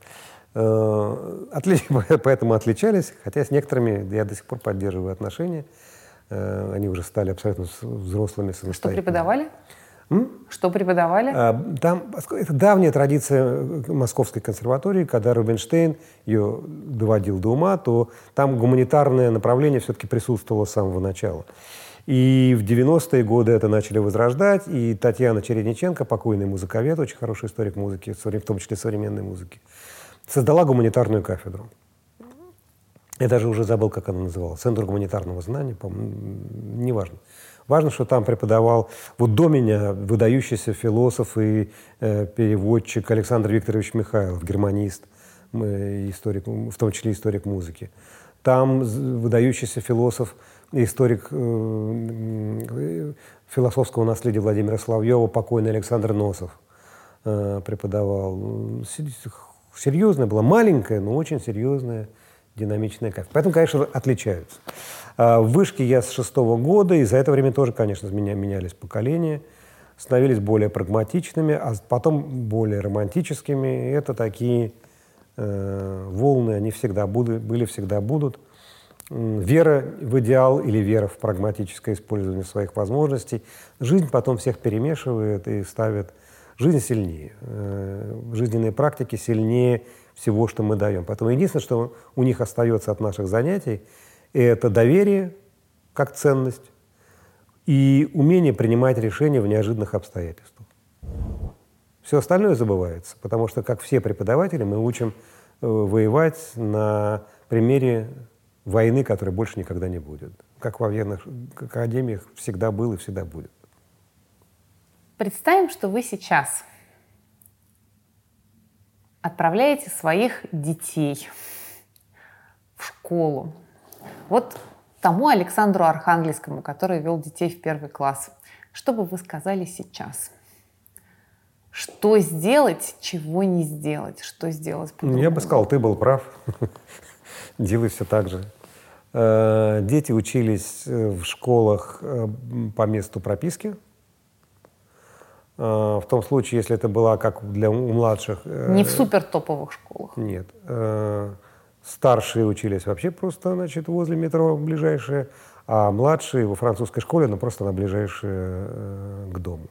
Поэтому отличались, хотя с некоторыми я до сих пор поддерживаю отношения. Они уже стали абсолютно взрослыми, самостоятельными. Что преподавали? Что преподавали? Это давняя традиция Московской консерватории, когда Рубинштейн ее доводил до ума, то там гуманитарное направление все-таки присутствовало с самого начала. И в 90-е годы это начали возрождать, и Татьяна Чередниченко, покойный музыковед, очень хороший историк музыки, в том числе современной музыки, создала гуманитарную кафедру. Я даже уже забыл, как она называлась. Центр гуманитарного знания, по-моему, неважно. Важно, что там преподавал вот до меня выдающийся философ и переводчик Александр Викторович Михайлов, германист, историк, в том числе историк музыки. Там выдающийся философ и историк философского наследия Владимира Соловьева, покойный Александр Носов, преподавал. Серьезная была, маленькая, но очень серьезная, динамичная кафедра. Поэтому, конечно, отличаются. В вышке я с 6-го года, и за это время тоже, конечно, менялись поколения, становились более прагматичными, а потом более романтическими. И это такие волны, они всегда были, всегда будут. Вера в идеал или вера в прагматическое использование своих возможностей. Жизнь потом всех перемешивает и ставит. Жизнь сильнее. Жизненные практики сильнее всего, что мы даем. Поэтому единственное, что у них остается от наших занятий, это доверие как ценность и умение принимать решения в неожиданных обстоятельствах. Все остальное забывается, потому что, как все преподаватели, мы учим воевать на примере войны, которой больше никогда не будет. Как в военных академиях всегда было и всегда будет. Представим, что вы сейчас отправляете своих детей в школу. Вот тому Александру Архангельскому, который вел детей в 1 класс. Что бы вы сказали сейчас? Что сделать, чего не сделать? Что сделать по-другому? Я бы сказал, ты был прав. Делай все так же. Дети учились в школах по месту прописки. В том случае, если это была как у младших... Не в супертоповых школах? Нет. Старшие учились вообще просто, значит, возле метро ближайшие, а младшие во французской школе, но просто на ближайшие к дому.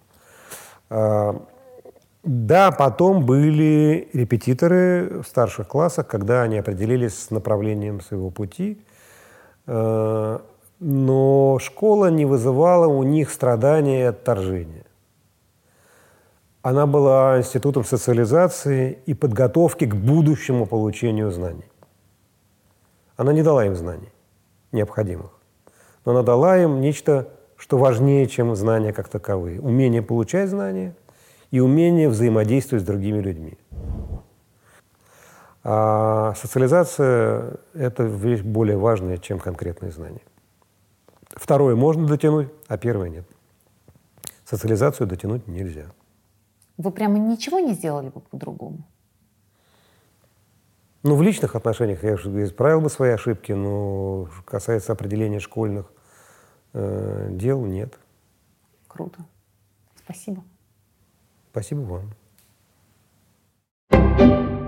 Да, потом были репетиторы в старших классах, когда они определились с направлением своего пути, но школа не вызывала у них страдания и отторжения. Она была институтом социализации и подготовки к будущему получению знаний. Она не дала им знаний необходимых, но она дала им нечто, что важнее, чем знания как таковые. Умение получать знания и умение взаимодействовать с другими людьми. А социализация – это вещь более важная, чем конкретные знания. Второе можно дотянуть, а первое нет. Социализацию дотянуть нельзя. Вы прямо ничего не сделали бы по-другому? Ну, в личных отношениях я уже исправил бы свои ошибки, но касается определения школьных дел, нет. Круто. Спасибо. Спасибо вам.